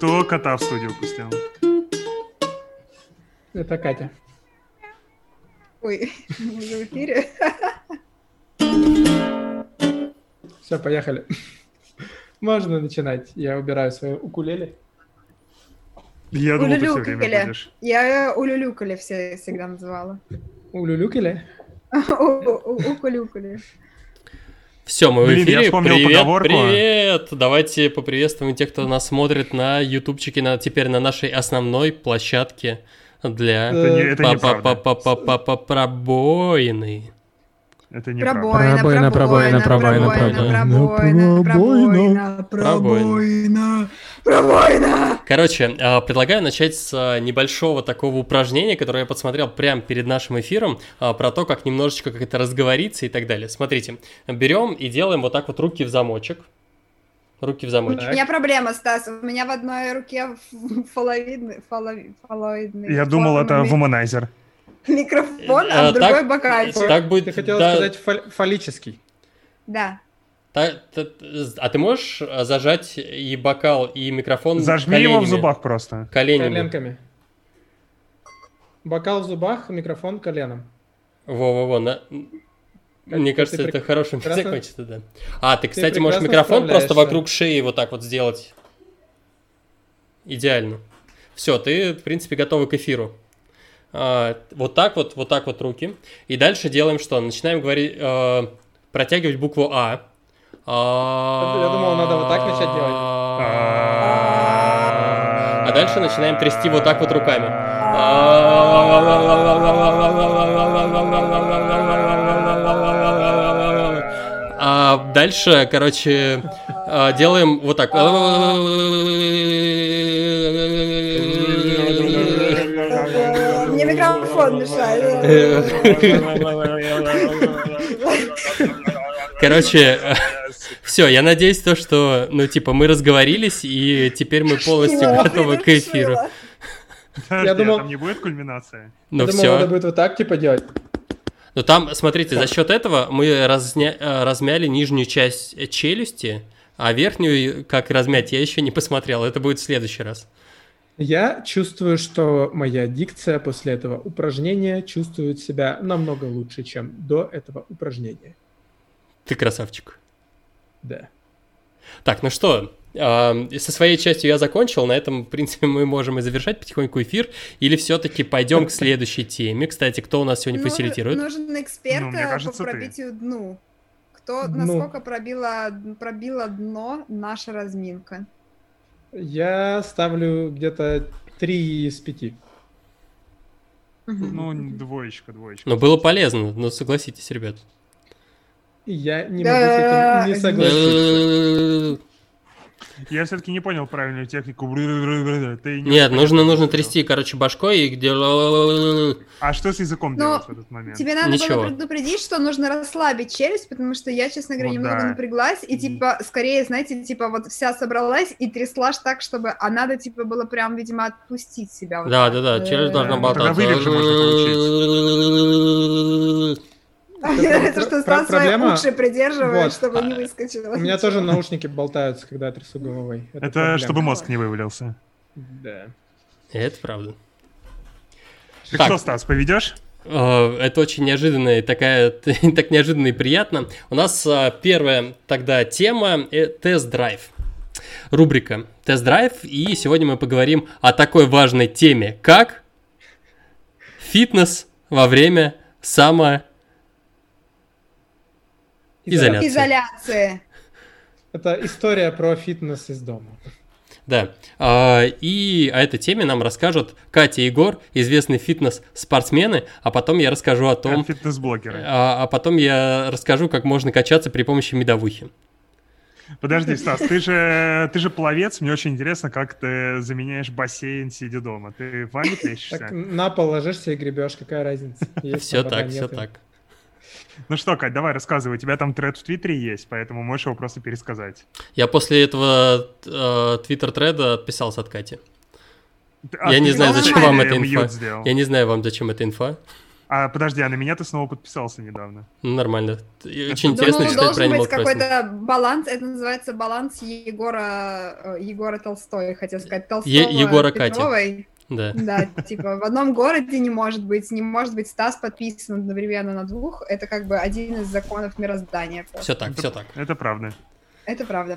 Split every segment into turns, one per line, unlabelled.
Кто кота в студию пустил?
Это Катя.
Ой, мы уже в эфире.
Все, поехали. Можно начинать. Я убираю свою укулеле.
Я думал, ты все время будешь.
Я улюлюкали всегда называла.
Улюлюкали?
Укулюкали.
Все, мы в эфире.
Я вспомнил поговорку.
Привет! Давайте поприветствуем тех, кто нас смотрит на ютубчике, теперь на нашей основной площадке для пробоины.
Это не
Пробоина.
Короче, предлагаю начать с небольшого такого упражнения, которое я подсмотрел прямо перед нашим эфиром, про то, как немножечко как это разговориться и так далее. Смотрите, берем и делаем вот так вот руки в замочек. Руки в замочек.
У меня проблема, Стас. У меня в одной руке фалоидный.
Я думал, это вуманайзер.
Микрофон, а в другой бокальчик.
Так будет.
Ты хотела сказать фаллический.
Да.
А ты можешь зажать и бокал, и микрофон
Зажми
коленями?
его в зубах просто.
Коленками. Бокал в зубах, микрофон коленом.
Во-во-во. Мне кажется, это хорошим закончится, да. Ты, кстати, можешь
прекрасно
микрофон просто
справляешься.
вокруг шеи вот так вот сделать. Идеально. Все, ты, в принципе, готова к эфиру. Вот так вот руки. И дальше делаем что? Начинаем говорить, протягивать букву А.
Я думал, надо вот так начать делать.
А дальше начинаем трясти вот так вот руками. А дальше, короче, делаем вот так.
Мне микрофон мешает.
Короче, все, я надеюсь, что, мы разговорились, и теперь мы полностью готовы к эфиру.
Я
думал,
там не будет кульминации?
Ну
Думал,
все.
надо будет вот так делать.
Ну там, смотрите, за счет этого мы размяли нижнюю часть челюсти, а верхнюю, как размять, я еще не посмотрел. Это будет в следующий раз.
Я чувствую, что моя дикция после этого упражнения чувствует себя намного лучше, чем до этого упражнения.
Ты красавчик.
Да.
Так, ну что, со своей частью я закончил. На этом, в принципе, мы можем и завершать потихоньку эфир. Или все-таки пойдем к следующей теме. Кстати, кто у нас сегодня фасилитирует?
Нужен эксперт по
ты.
пробитию дну. Насколько пробила дно наша разминка?
Я ставлю где-то 3 из 5.
Ну, двоечка.
Ну, было полезно, согласитесь, ребят.
Я не могу с этим не согласиться.
Я все-таки не понял правильную технику.
Нет, нужно трясти, башкой и где...
А что с языком делать в этот момент?
Тебе надо было предупредить, что нужно расслабить челюсть, потому что я, честно говоря, немного напряглась, и, скорее, знаете, вот вся собралась и тряслась так, чтобы... А надо, было прям, видимо, отпустить себя.
Да, челюсть должна болтаться.
Тогда вывих же можно получить.
Это что Стас свои уши придерживает, чтобы не выскочило.
У меня тоже наушники болтаются, когда я трясу головой.
Это чтобы мозг не вывалился.
Да.
Это правда.
Ты что, Стас, поведешь?
Это очень неожиданно и так неожиданно и приятно. У нас первая тогда тема – тест-драйв. Рубрика «Тест-драйв», и сегодня мы поговорим о такой важной теме, как фитнес во время изоляции.
Это история про фитнес из дома.
Да. А этой теме нам расскажут Катя и Егор, известные фитнес-спортсмены, а потом я расскажу о том...
Фитнес-блогеры.
А потом я расскажу, как можно качаться при помощи медовухи.
Подожди, Стас, ты же пловец, мне очень интересно, как ты заменяешь бассейн, сидя дома. Ты в ванне плещешься?
Так на пол ложишься и гребешь, какая разница?
Все так.
Ну что, Кать, давай рассказывай. У тебя там тред в Твиттере есть, поэтому можешь его просто пересказать.
Я после этого Твиттер-треда отписался от Кати. Я не знаю, зачем вам эта инфа. Я не знаю вам, зачем эта инфа.
Подожди, а на меня ты снова подписался недавно.
Нормально. Очень интересно читать про Animal Crossing.
Должен быть какой-то баланс, это называется баланс Егора Толстой, хотел сказать, Толстого
Егора
Петровой.
Да.
Да, типа в одном городе не может быть Стас подписан одновременно на двух, это как бы один из законов мироздания.
Все так.
Это правда.
Это правда.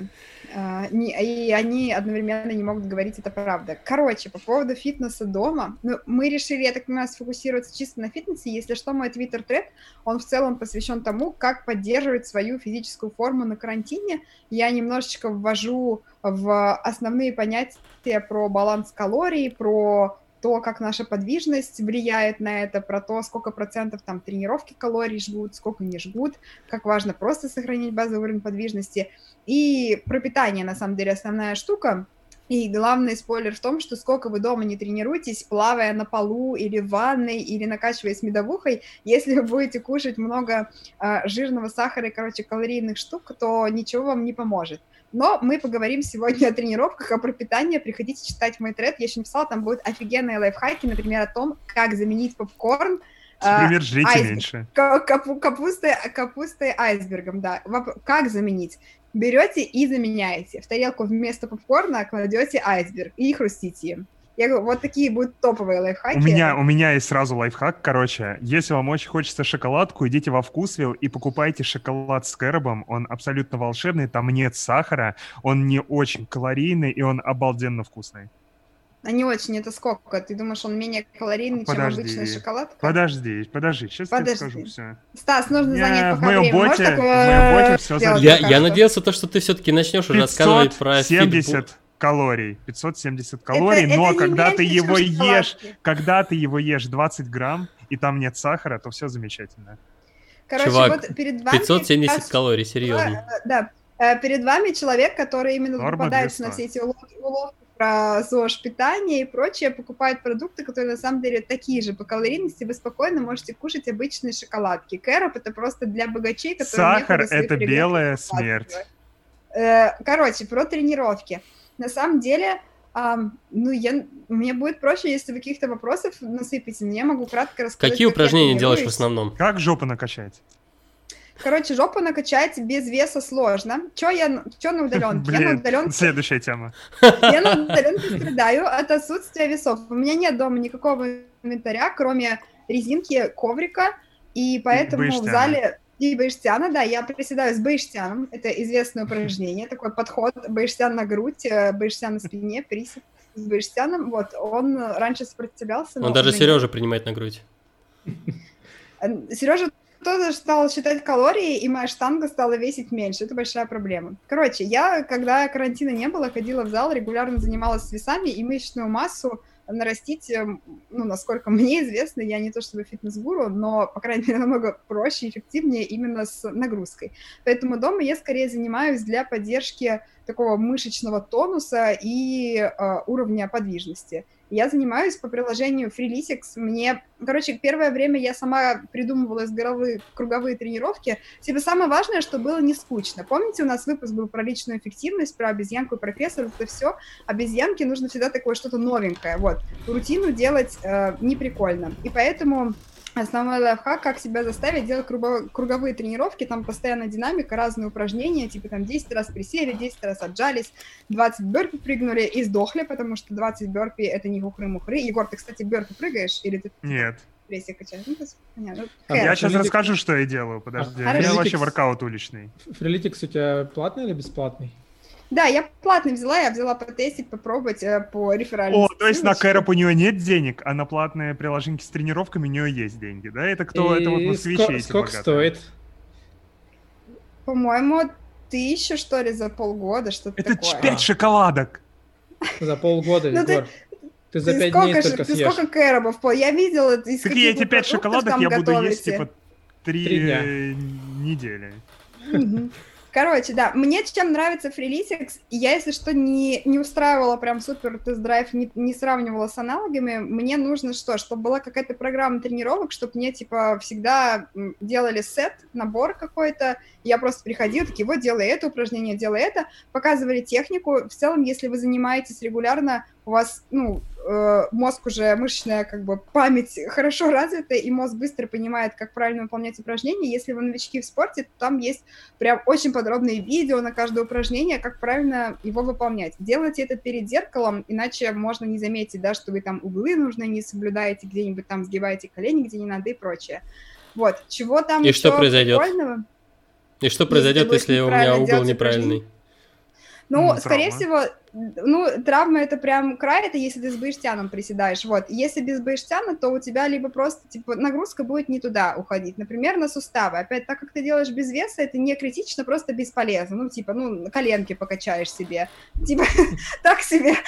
И они одновременно не могут говорить, это правда. Короче, по поводу фитнеса дома, мы решили, я так понимаю, сфокусироваться чисто на фитнесе. Если что, мой твиттер-тред, он в целом посвящен тому, как поддерживать свою физическую форму на карантине. Я немножечко ввожу в основные понятия про баланс калорий, про то, как наша подвижность влияет на это, про то, сколько процентов там тренировки калорий жгут, сколько не жгут, как важно просто сохранить базовый уровень подвижности. И про питание, на самом деле, основная штука. И главный спойлер в том, что сколько вы дома не тренируетесь, плавая на полу или в ванной, или накачиваясь медовухой, если вы будете кушать много жирного сахара и, калорийных штук, то ничего вам не поможет. Но мы поговорим сегодня о тренировках, а про питание приходите читать мой тред. Я еще написала, там будут офигенные лайфхаки, например, о том, как заменить попкорн
например, жрите меньше.
Капустой айсбергом, да. Как заменить? Берете и заменяете. В тарелку вместо попкорна кладете айсберг и хрустите им. Я говорю, вот такие будут топовые лайфхаки.
У меня есть сразу лайфхак, если вам очень хочется шоколадку, идите во Вкусвилл и покупайте шоколад с кэрбом, он абсолютно волшебный, там нет сахара, он не очень калорийный, и он обалденно вкусный.
А не очень, это сколько? Ты думаешь, он менее калорийный, чем обычный шоколад?
Подожди, сейчас я скажу все.
Стас, нужно занять пока время.
В моем боте все занято.
Я надеялся, что ты все-таки начнешь уже рассказывать про
570 калорий, 570 калорий, но когда ты его ешь 20 грамм, и там нет сахара, то все замечательно.
Чувак, вот перед вами 570 калорий, серьезно.
Да, перед вами человек, который именно попадается на все эти уловки про ЗОЖ-питание и прочее, покупает продукты, которые на самом деле такие же по калорийности, вы спокойно можете кушать обычные шоколадки. Кэроп — это просто для богачей, которые...
Сахар — это белая смерть.
Про тренировки. На самом деле, мне будет проще, если вы каких-то вопросов насыпите, но я могу кратко рассказать.
Какие упражнения делаешь в основном?
Как жопу накачать?
Жопу накачать без веса сложно. Чё на удаленке?
Следующая тема.
Я на удаленке страдаю от отсутствия весов. У меня нет дома никакого инвентаря, кроме резинки, коврика, и поэтому в зале... И бейштяна, да, я приседаю с бейштяном, это известное упражнение, такой подход, бейштян на грудь, бейштян на спине, присед с бейштяном, вот, он раньше сопротивлялся.
Он даже Сережа принимает на грудь.
Сережа тоже стал считать калории, и моя штанга стала весить меньше, это большая проблема. Я, когда карантина не было, ходила в зал, регулярно занималась весами, и мышечную массу нарастить, насколько мне известно, я не то чтобы фитнес-гуру, но, по крайней мере, намного проще и эффективнее именно с нагрузкой. Поэтому дома я скорее занимаюсь для поддержки такого мышечного тонуса и уровня подвижности. Я занимаюсь по приложению Freeletics. Первое время я сама придумывала из головы круговые тренировки. Самое важное, что было не скучно. Помните, у нас выпуск был про личную эффективность, про обезьянку и профессора, это все. Обезьянке нужно всегда такое что-то новенькое. Вот. Рутину делать не прикольно. И поэтому основной лайфхак, как себя заставить делать круговые тренировки, там постоянно динамика, разные упражнения, типа там 10 раз присели, 10 раз отжались, 20 бёрпи прыгнули и сдохли, потому что 20 бёрпи — это не хухры-мухры. Егор, ты, кстати, бёрпи прыгаешь? Или ты...
Нет.
Прессе качаешь?
Я сейчас расскажу, что я делаю, подожди. Я вообще воркаут уличный.
Freeletics у тебя платный или бесплатный?
Да, я платный взяла потестить, попробовать по реферальной
то есть на Кэроп у нее нет денег, а на платные приложеньки с тренировками у нее есть деньги, да? Это кто? Это вот москвичи эти
сколько стоит?
По-моему, 1000, что ли, за полгода, что-то такое.
Это 5 шоколадок!
За полгода, Егор. Ты за 5 дней только съешь.
Ты сколько кэробов? Я видела, из
каких эти 5 шоколадок я буду есть, 3 недели.
Да, мне чем нравится Freeletics, я, если что, не устраивала прям супер тест-драйв, не сравнивала с аналогами, мне нужно чтобы была какая-то программа тренировок, чтобы мне, всегда делали сет, набор какой-то, я просто приходила, делай это упражнение, делай это, показывали технику. В целом, если вы занимаетесь регулярно, у вас, мозг уже, мышечная как бы память хорошо развита, и мозг быстро понимает, как правильно выполнять упражнения. Если вы новички в спорте, то там есть прям очень подробные видео на каждое упражнение, как правильно его выполнять. Делайте это перед зеркалом, иначе можно не заметить, да, что вы там углы нужные не соблюдаете, где-нибудь там сгибаете колени, где не надо и прочее. Вот, чего там
и
еще
что произойдет?
прикольного?
И что произойдет, если у меня угол неправильный?
Скорее всего, травма это прям край, это если ты с бейштяном приседаешь. Вот, если без бейштяна, то у тебя либо просто, нагрузка будет не туда уходить. Например, на суставы. Опять, так как ты делаешь без веса, это не критично, просто бесполезно. Коленки покачаешь себе. Так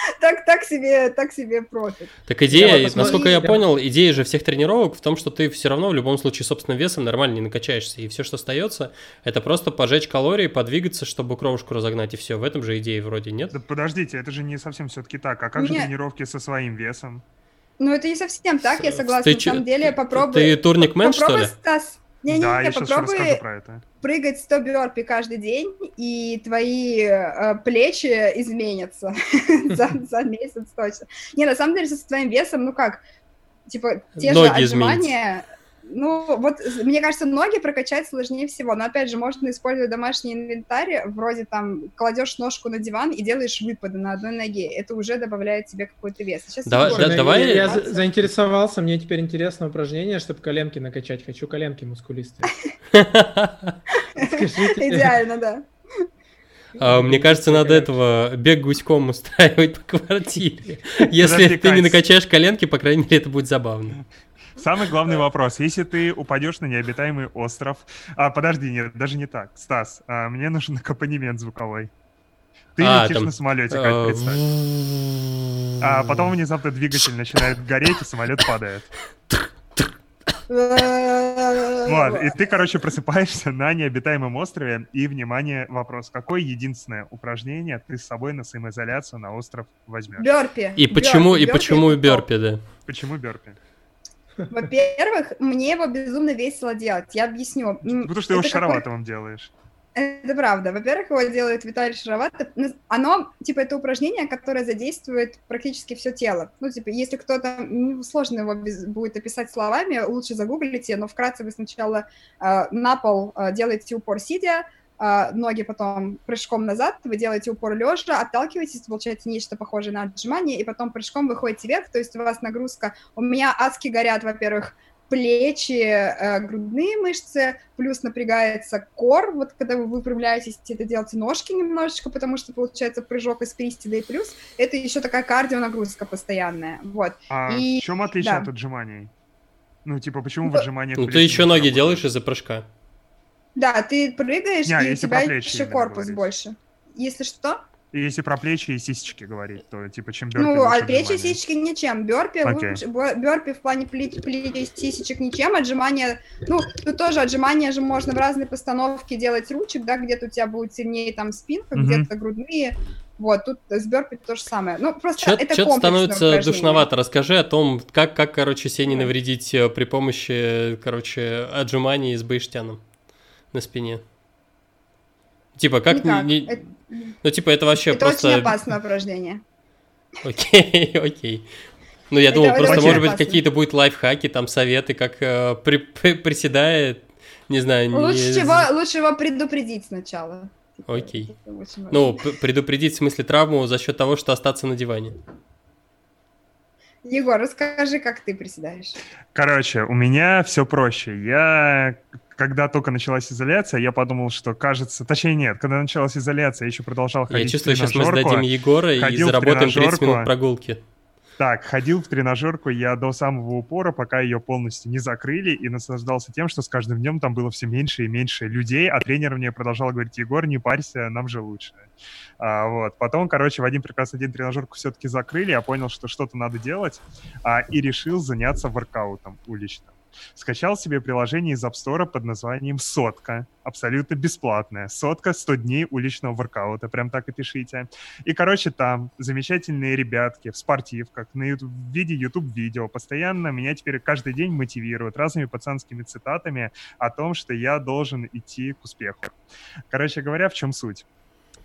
себе профит.
Так идея, насколько я понял, идея же всех тренировок в том, что ты все равно в любом случае собственным весом нормально не накачаешься. И все, что остается, это просто пожечь калории, подвигаться, чтобы кровушку разогнать, и все. В этом же идея вроде, нет?
Да подождите, это же не совсем все-таки так. А как же тренировки со своим весом?
Это не совсем так, я согласна. На самом деле, попробуй...
Ты турник-мен, что ли?
Стас.
Да, я сейчас расскажу про это.
Прыгать 100 бёрпи каждый день, и твои плечи изменятся за месяц точно. Не, на самом деле, со своим весом, те же отжимания... мне кажется, ноги прокачать сложнее всего. Но, опять же, можно использовать домашний инвентарь, вроде там кладешь ножку на диван и делаешь выпады на одной ноге. Это уже добавляет тебе какой-то вес. Сейчас
давай.
Я заинтересовался, мне теперь интересно упражнение, чтобы коленки накачать. Хочу коленки мускулистые.
Идеально, да.
Мне кажется, надо этого бег гуськом устраивать по квартире. Если ты не накачаешь коленки, по крайней мере, это будет забавно.
Самый главный вопрос. Если ты упадешь на необитаемый остров... подожди, нет, даже не так. Стас, мне нужен аккомпанемент звуковой. Ты летишь на самолете, как представь. А потом внезапно двигатель начинает гореть, и самолет падает. Вот, и ты, просыпаешься на необитаемом острове, и, внимание, вопрос. Какое единственное упражнение ты с собой на самоизоляцию на остров возьмешь?
Бёрпи.
И почему бёрпи, да?
Почему бёрпи?
Во-первых, мне его безумно весело делать. Я объясню.
Потому что его Шароватовым делаешь.
Это правда. Во-первых, его делает Виталий Шароватов. Оно, это упражнение, которое задействует практически все тело. Если кто-то... сложно его будет описать словами, лучше загуглите, но вкратце вы сначала на пол делаете упор сидя, ноги потом прыжком назад, вы делаете упор лежа, отталкиваетесь, получаете нечто похожее на отжимание, и потом прыжком выходите вверх, то есть у вас нагрузка... У меня адски горят, во-первых, плечи, грудные мышцы, плюс напрягается кор, вот когда вы выпрямляетесь, это делаете ножки немножечко, потому что получается прыжок из пристида, и плюс это еще такая кардионагрузка постоянная, вот.
В чем отличие от отжиманий? Почему в отжиманиях...
ты еще ноги делаешь из-за прыжка.
Да, ты прыгаешь, и у тебя еще корпус больше. Если что...
И если про плечи и сисечки говорить, то чем бёрпи лучше
плечи и сисечки ничем. Бёрпи лучше, бёрпи в плане плеч и сисечек ничем. Отжимания, тут тоже отжимания же можно в разной постановке делать ручек, да, где-то у тебя будет сильнее там спинка, где-то грудные. Вот, тут с бёрпи то же самое. Просто это
Что-то становится
упражнение.
душновато. Расскажи о том, как Сене навредить при помощи, отжиманий с бейштяном на спине. Это вообще
это
просто...
Это очень опасное упражнение.
Окей. Я думал, просто, может быть, какие-то будут лайфхаки, там, советы, как приседает, не знаю...
Лучше его предупредить сначала.
Окей. Предупредить в смысле травму за счет того, что остаться на диване.
Егор, расскажи, как ты приседаешь.
У меня все проще. Когда только началась изоляция, я подумал, что кажется... Точнее, нет, когда началась изоляция, я еще продолжал ходить в тренажерку. Я чувствую, сейчас мы сдадим
Егора и заработаем 30 минут прогулки.
Так, ходил в тренажерку я до самого упора, пока ее полностью не закрыли, и наслаждался тем, что с каждым днем там было все меньше и меньше людей, а тренер мне продолжал говорить: Егор, не парься, нам же лучше. Потом, в один прекрасный день тренажерку все-таки закрыли, я понял, что что-то надо делать, и решил заняться воркаутом уличным. Скачал себе приложение из App Store под названием «Сотка». Абсолютно бесплатное. «Сотка», 100 дней уличного воркаута. Прям так и пишите. И, там замечательные ребятки в спортивках, в виде YouTube-видео. Постоянно меня теперь каждый день мотивируют разными пацанскими цитатами о том, что я должен идти к успеху. В чем суть?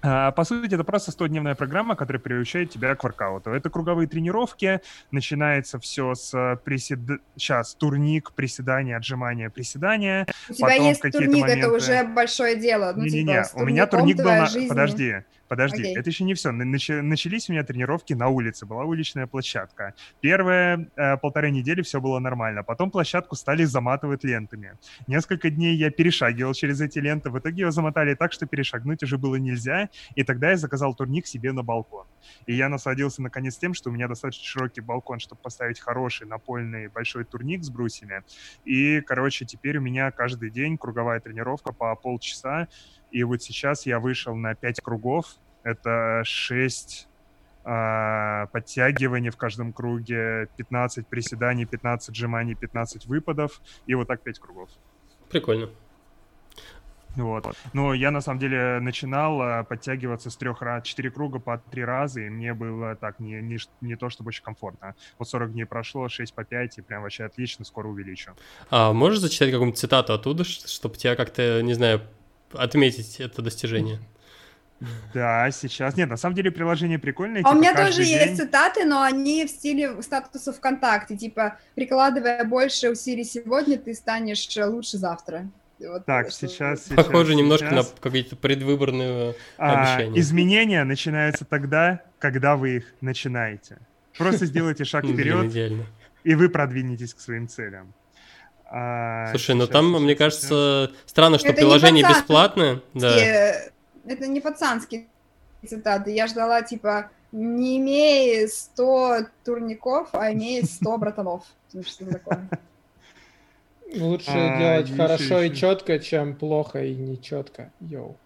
По сути, это просто 100-дневная программа, которая приучает тебя к воркауту. Это круговые тренировки. Начинается все с сейчас турник, приседания, отжимания, приседания.
У тебя есть турник, это уже большое дело.
Не-не-не, у меня турник был на...
жизни.
Подожди, okay. Это еще не все. Начались у меня тренировки на улице, была уличная площадка. Первые 1,5 недели все было нормально, потом площадку стали заматывать лентами. Несколько дней я перешагивал через эти ленты, в итоге его замотали так, что перешагнуть уже было нельзя, и тогда я заказал турник себе на балкон. И я насладился наконец тем, что у меня достаточно широкий балкон, чтобы поставить хороший напольный большой турник с брусьями. И, короче, теперь у меня каждый день круговая тренировка по полчаса. И вот сейчас я вышел на 5 кругов. Это 6 подтягиваний в каждом круге, 15 приседаний, 15 отжиманий, 15 выпадов. И вот так 5 кругов.
Прикольно.
Вот. Но я, на самом деле, начинал подтягиваться с 4 круга по 3 раза, и мне было так не то, чтобы очень комфортно. Вот 40 дней прошло, 6 по 5, и прям вообще отлично, скоро увеличу.
Можешь зачитать какую-нибудь цитату оттуда, чтобы тебя как-то, не знаю, отметить это достижение?
Да, сейчас. Нет, на самом деле приложение прикольное.
У меня тоже есть цитаты, но они в стиле статуса ВКонтакте. Типа, прикладывая больше усилий сегодня, ты станешь лучше завтра.
Вот так, сейчас.
Похоже немножко на какие-то предвыборные обещания.
Изменения начинаются тогда, когда вы их начинаете. Просто сделайте шаг вперед, и вы продвинетесь к своим целям.
Слушай, ну там, мне кажется, странно, что приложение бесплатное. Да.
Это не пацанские цитаты. Я ждала, типа, не имея 100 турников, а имея 100 братанов. Что такое?
Лучше делать хорошо и четко, чем плохо и нечетко. Йоу.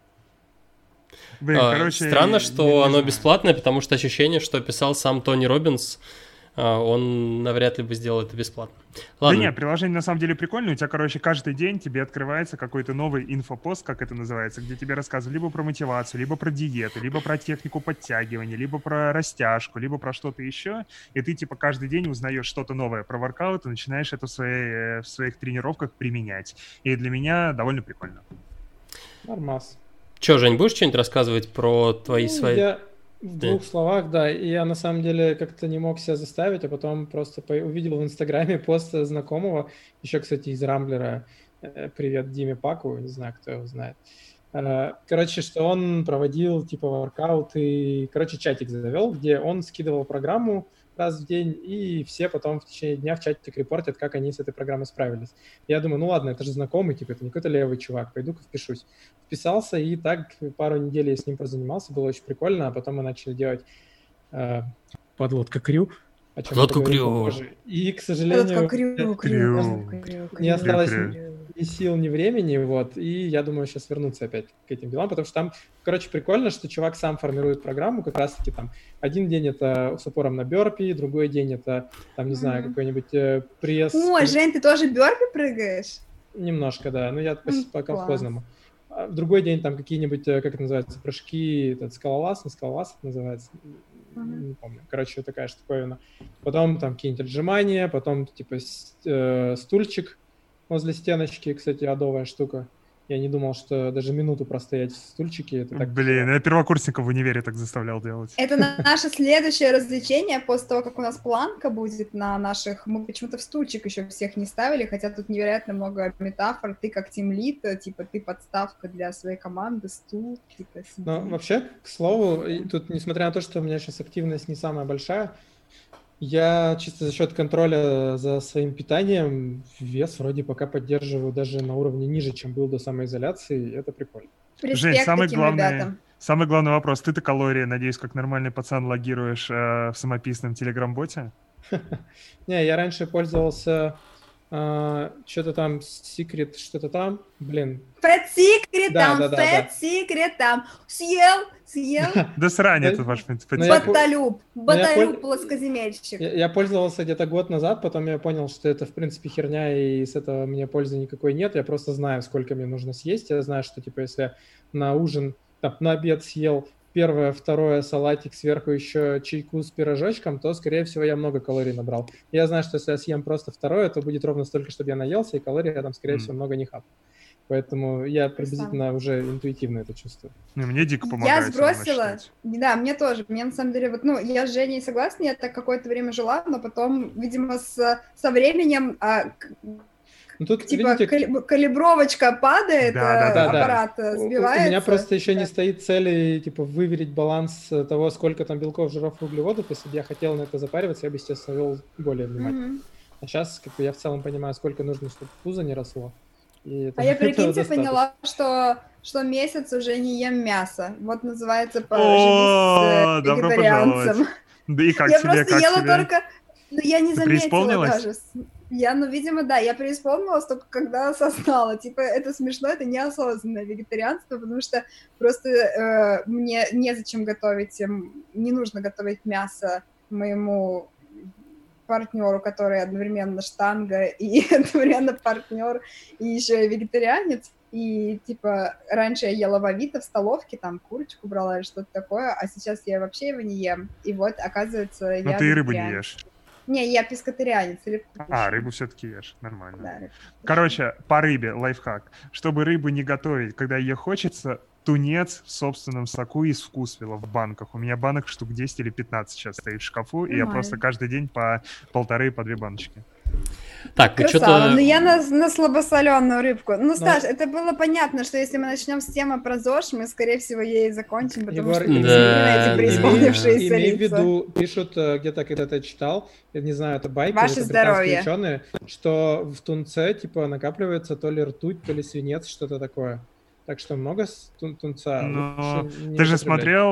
Странно, что оно бесплатное, потому что ощущение, что писал сам Тони Роббинс, он навряд ли бы сделал это бесплатно. Ладно.
Да нет, приложение на самом деле прикольное. У тебя, каждый день тебе открывается какой-то новый инфопост, как это называется, где тебе рассказывают либо про мотивацию, либо про диету, либо про технику подтягивания, либо про растяжку, либо про что-то еще. И ты типа каждый день узнаешь что-то новое про воркаут и начинаешь это в своих тренировках применять. И для меня довольно прикольно.
Нормас.
Че, Жень, будешь что-нибудь рассказывать про твои свои...
В 2 словах, да. И я на самом деле как-то не мог себя заставить, а потом просто увидел в Инстаграме пост знакомого, еще, кстати, из Рамблера. Привет Диме Паку, не знаю, кто его знает. Короче, что он проводил типа воркауты, чатик завел, где он скидывал программу раз в день, и все потом в течение дня в чатик репортят, как они с этой программой справились. Я думаю, ну ладно, это же знакомый, типа, это не какой-то левый чувак, пойду-ка впишусь. Вписался, и так пару недель я с ним прозанимался, было очень прикольно, а потом мы начали делать подводка крю.
Подводку крю.
И, к сожалению, не осталось ни сил, ни времени, вот, и я думаю сейчас вернуться опять к этим делам, потому что там, прикольно, что чувак сам формирует программу, как раз-таки там один день это с упором на бёрпи, другой день это, там, не знаю, какой-нибудь пресс.
Ой, Жень, ты тоже бёрпи прыгаешь?
Немножко, да, но я по колхозному. В другой день там какие-нибудь, как это называется, прыжки, скалолаз это называется, не помню. Вот такая штуковина. Потом там какие-нибудь отжимания, потом типа стульчик возле стеночки, кстати, адовая штука. Я не думал, что даже минуту простоять в стульчике. Это так.
Блин, я первокурсников в универе так заставлял делать.
Это наше следующее развлечение после того, как у нас планка будет на наших... Мы почему-то в стульчик еще всех не ставили, хотя тут невероятно много метафор. Ты как тимлид, типа ты подставка для своей команды, стул. Типа,
ну, вообще, к слову, тут, несмотря на то, что у меня сейчас активность не самая большая, я чисто за счет контроля за своим питанием вес вроде пока поддерживаю даже на уровне ниже, чем был до самоизоляции. Это прикольно.
Жень, самый главный вопрос. Ты-то калории, надеюсь, как нормальный пацан логируешь в самописном телеграм-боте?
Не, я раньше пользовался что-то там, Secret, что-то там, блин.
Fat Secret там, Fat Secret там. Съел.
Да срань это ваш
Баталюб плоскоземельщик.
Я пользовался где-то год назад, потом я понял, что это в принципе херня, и с этого мне пользы никакой нет. Я просто знаю, сколько мне нужно съесть. Я знаю, что типа если на ужин, на обед съел первое, второе, салатик, сверху еще чайку с пирожочком, то, скорее всего, я много калорий набрал. Я знаю, что если я съем просто второе, то будет ровно столько, чтобы я наелся, и калорий я там, скорее всего, много не хапал. Поэтому я приблизительно уже интуитивно это чувствую.
Мне дико помогает.
Я сбросила, да, мне тоже. Мне на самом деле, вот, ну, я с Женей согласна, я так какое-то время жила, но потом, видимо, со временем тут, типа, видите, калибровочка падает, аппарат сбивается.
У меня просто еще не стоит цели, типа, выверить баланс того, сколько там белков, жиров, углеводов. Если бы я хотел на это запариваться, я бы, естественно, вел более внимательно. А сейчас, как бы, я в целом понимаю, сколько нужно, чтобы пузо не росло.
Я, прикиньте, поняла, что месяц уже не ем мясо. Вот называется
«Живу с вегетарианцем». Да и как
я
тебе,
просто ела только... Ну, я не заметила даже. Видимо, да, я преисполнилась только когда осознала. Типа, это смешно, это неосознанное вегетарианство, потому что просто мне незачем готовить, не нужно готовить мясо моему партнеру, который одновременно штанга и одновременно партнер, и еще и вегетарианец. И, типа, раньше я ела в Авито в столовке, там, курочку брала или что-то такое, а сейчас я вообще его не ем. И вот, оказывается, я...
Но ты и рыбу не ешь.
Не, я пескотарианец.
Рыбу все-таки ешь, нормально. Да, короче, по рыбе лайфхак. Чтобы рыбу не готовить, когда ее хочется, тунец в собственном соку из вкусвилла в банках. У меня банок штук 10 или 15 сейчас стоит в шкафу, и я просто каждый день по 1,5 по 2 баночки.
Так,
красава, но я на слабосоленую рыбку. Ну, Стас, это было понятно, что если мы начнем с темы про ЗОЖ, мы, скорее всего, ей закончим, потому что эти преисполнившиеся
лица. Имей в виду, пишут, где-то когда-то читал, я не знаю, это байки,
ваше здоровье,
ученые, что в тунце, типа, накапливается то ли ртуть, то ли свинец, что-то такое. Так что много тунца.
Ты же смотрел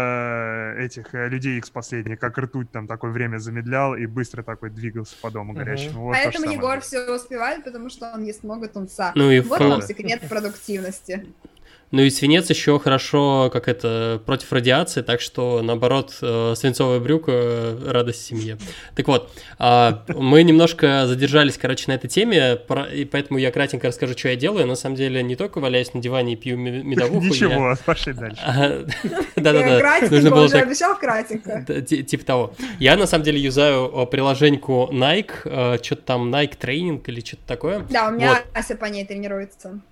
этих Людей Икс последних, как ртуть там такое время замедлял и быстро такой двигался по дому горячему. Вот
поэтому Егор все успевает, потому что он ест много тунца.
Ну и
вот вам секрет продуктивности.
Ну и свинец еще хорошо, как это, против радиации, так что, наоборот, свинцовая брюка – радость семье. Так вот, мы немножко задержались, короче, на этой теме, и поэтому я кратенько расскажу, что я делаю. На самом деле, не только валяюсь на диване и пью медовуху.
Ничего, пошли дальше.
Да-да-да. Кратенько, уже обещал кратенько.
Типа того. Я, на самом деле, юзаю приложеньку Nike, что-то там Nike Training или что-то такое.
Да, у меня Ася по ней тренируется.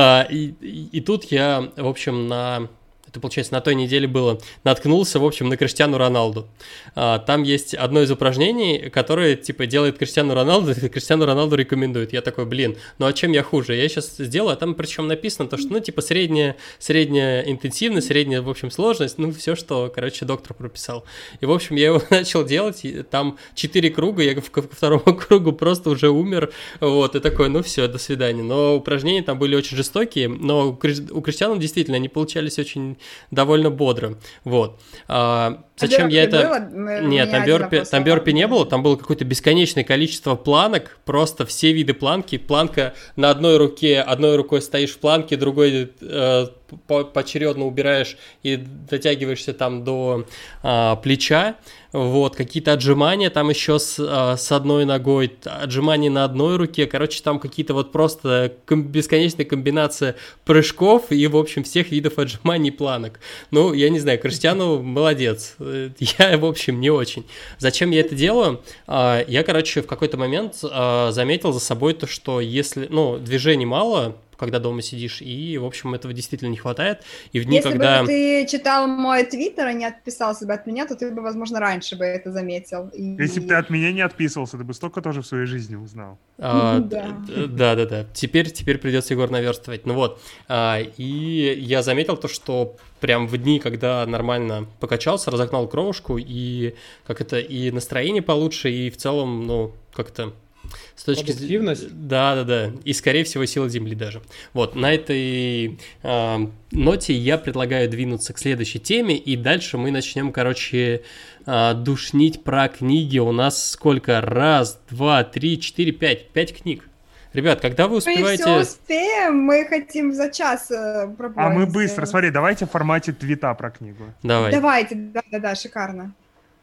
И тут я, в общем, это, получается, на той неделе было, наткнулся, в общем, на Криштиану Роналду. Там есть одно из упражнений, которое, типа, делает Криштиану Роналду, и Криштиану Роналду рекомендует. Я такой, ну а чем я хуже? Я сейчас сделаю, а там причем написано то, что, ну, типа, средняя интенсивность, средняя, в общем, сложность, ну, все, что, короче, доктор прописал. И, в общем, я его начал делать, и там 4 круга, я ко второму кругу просто уже умер, вот, и такой, ну, все, до свидания. Но упражнения там были очень жестокие, но у Криштиану действительно они получались очень довольно бодро, вот. Зачем я это... Нет, там бёрпи не было, там было какое-то бесконечное количество планок, просто все виды планки. Планка на одной рукой стоишь в планке, другой поочередно убираешь и дотягиваешься там до плеча. Вот, какие-то отжимания там еще с одной ногой, отжимания на одной руке, короче, там какие-то вот просто бесконечная комбинация прыжков и, в общем, всех видов отжиманий и планок. Ну, я не знаю, Криштиану молодец, я, в общем, не очень. Зачем я это делаю? Я, короче, в какой-то момент заметил за собой то, что если, движений мало, когда дома сидишь, и, в общем, этого действительно не хватает. И в дни,
если бы ты читал мой твиттер и не отписался бы от меня, то ты бы, возможно, раньше бы это заметил.
Если бы ты от меня не отписывался, ты бы столько тоже в своей жизни узнал.
Да. Теперь придется, Егор, наверстывать. Ну вот. И я заметил то, что прям в дни, когда нормально покачался, разогнал кровушку, и и настроение получше, и в целом, как-то с точки зрения... Да. И, скорее всего, сила Земли даже. Вот, на этой ноте я предлагаю двинуться к следующей теме, и дальше мы начнем, душнить про книги. У нас сколько? 1, 2, 3, 4, 5. 5 книг. Ребят, когда вы успеваете...
Мы все успеем, мы хотим за час пробовать.
А мы быстро, смотри, давайте в формате твита про книгу.
Давайте, да, шикарно.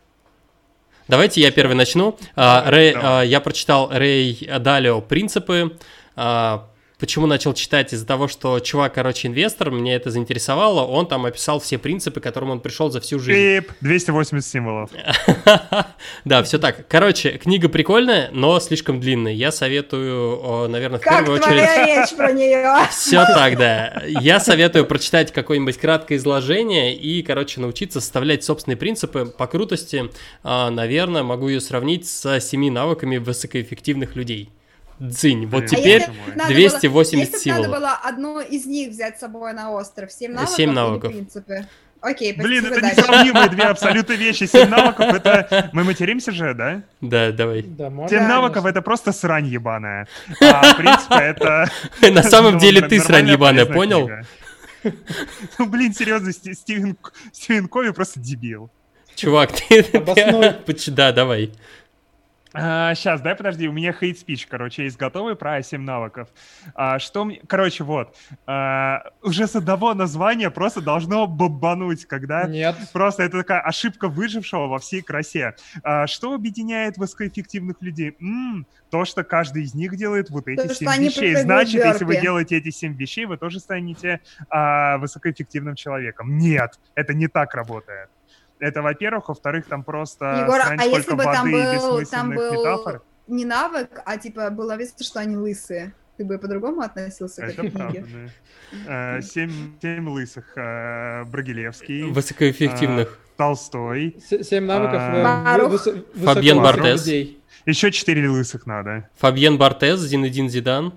Давайте я первый начну. Я прочитал Рэй Далио «Принципы». Почему начал читать? Из-за того, что чувак, короче, инвестор, меня это заинтересовало, он там описал все принципы, к которым он пришел за всю жизнь.
280 символов.
Да, все так. Короче, книга прикольная, но слишком длинная. Я советую, наверное, в первую очередь...
Как твоя речь про нее?
Все так, да. Я советую прочитать какое-нибудь краткое изложение и, короче, научиться составлять собственные принципы. По крутости, наверное, могу ее сравнить с 7 навыками высокоэффективных людей. Дзынь. Вот теперь 280 символов.
Надо было одну из них взять с собой на остров. 7 навыков,
7 навыков.
Или принципы? Окей,
блин, это
дальше.
несравнимые две абсолютно вещи. 7 навыков — это... Мы материмся же, да?
Да, давай.
7 навыков — это просто срань ебаная. А принципы — это...
На самом деле ты срань ебаная, понял?
Ну, блин, серьезно, Стивен Кови просто дебил.
Чувак, ты...
Обоснуй.
Да, давай.
Сейчас, дай подожди, у меня хейт-спич, короче, есть готовый про 7 навыков. Короче, вот, уже с одного названия просто должно бомбануть, когда...
Нет.
Просто это такая ошибка выжившего во всей красе. Что объединяет высокоэффективных людей? То, что каждый из них делает вот эти 7 вещей. Значит, если вы делаете эти 7 вещей, вы тоже станете высокоэффективным человеком. Нет, это не так работает. Это, во-первых. Во-вторых, там просто
Егор, а если бы там был
метафор.
Не навык, а типа было видно, что они лысые, ты бы по-другому относился к этой книге?
Это правда. 7 лысых. Брагилевский.
Высокоэффективных.
Толстой.
7 навыков
Фабьен Бартез.
Еще 4 лысых надо.
Фабьен Бартез, Зинедин Зидан.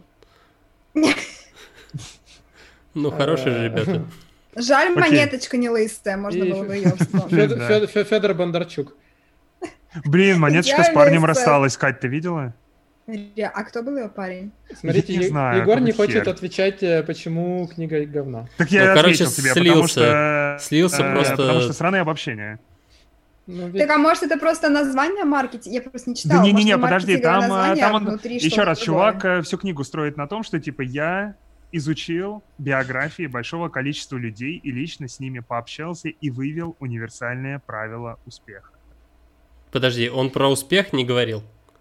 Ну, хорошие же ребята.
Жаль, Монеточка не лысая, можно было бы ее вспомнить.
Федор Бондарчук.
Блин, Монеточка с парнем рассталась. Кать, ты видела?
А кто был ее парень?
Смотрите, Егор не хочет отвечать, почему книга говно.
Так я ответил тебе, потому что...
Слился просто...
Потому что сраное обобщение.
Так, а может, это просто название маркетинга? Я просто не читала.
Да не-не-не, подожди, там он... Еще раз, чувак всю книгу строит на том, что, типа, я изучил биографии большого количества людей и лично с ними пообщался и вывел универсальные правила успеха.
Подожди, он про успех не говорил?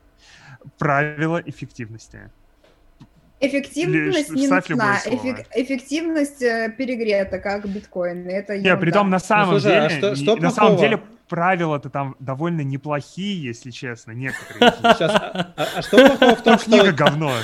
Правила эффективности.
Эффективность не нужна. Эффективность перегрета, как биткоин. Это
нет, притом на самом деле правила-то там довольно неплохие, если честно, некоторые.
А что плохого в том, что...
Книга говно.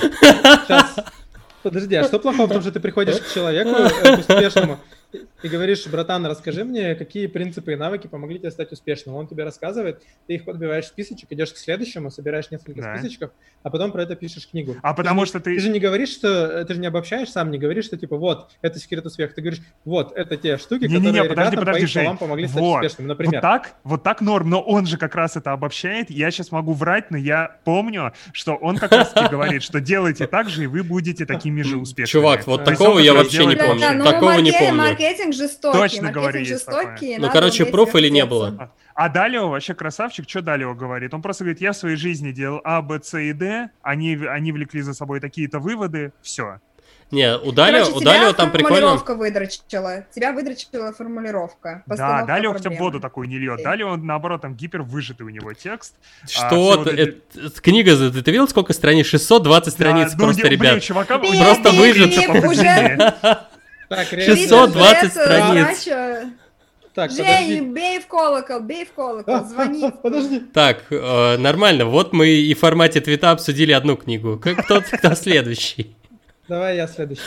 Подожди, а что плохого в том, что ты приходишь к человеку, к успешному, и говоришь: братан, расскажи мне, какие принципы и навыки помогли тебе стать успешным. Он тебе рассказывает, ты их подбиваешь в списочек, идешь к следующему, собираешь несколько списочков, а потом про это пишешь книгу.
А потому что
ты же не говоришь, что... Ты же не обобщаешь сам, не говоришь, что типа вот, это секрет успеха. Ты говоришь, вот, это те штуки, которые ребятам, по их словам, помогли стать успешными, например.
Вот так норм, но он же как раз это обобщает. Я сейчас могу врать, но я помню, что он как раз таки говорит, что делайте так же, и вы будете такими же успешными.
Чувак, вот такого я вообще не помню. Такого не помню.
Маркетинг жестокий.
Точно говорю, есть такое.
Ну, короче, пруф или не было?
А Далио вообще красавчик. Что Далио говорит? Он просто говорит: я в своей жизни делал А, Б, С и Д, они влекли за собой такие-то выводы, все.
Не, у Далио там прикольно...
Тебя выдрочила формулировка.
Да, Далио хотя бы воду такую не льет. Далио, наоборот, там гипервыжатый у него текст.
Что? Книга, ты видел, сколько страниц? 620 страниц просто, ребят. Просто выжатый. 620 страниц.
Так, Жень, бей в колокол, звони.
Подожди.
Так, нормально. Вот мы и в формате твита обсудили одну книгу. Кто следующий?
Давай я следующий.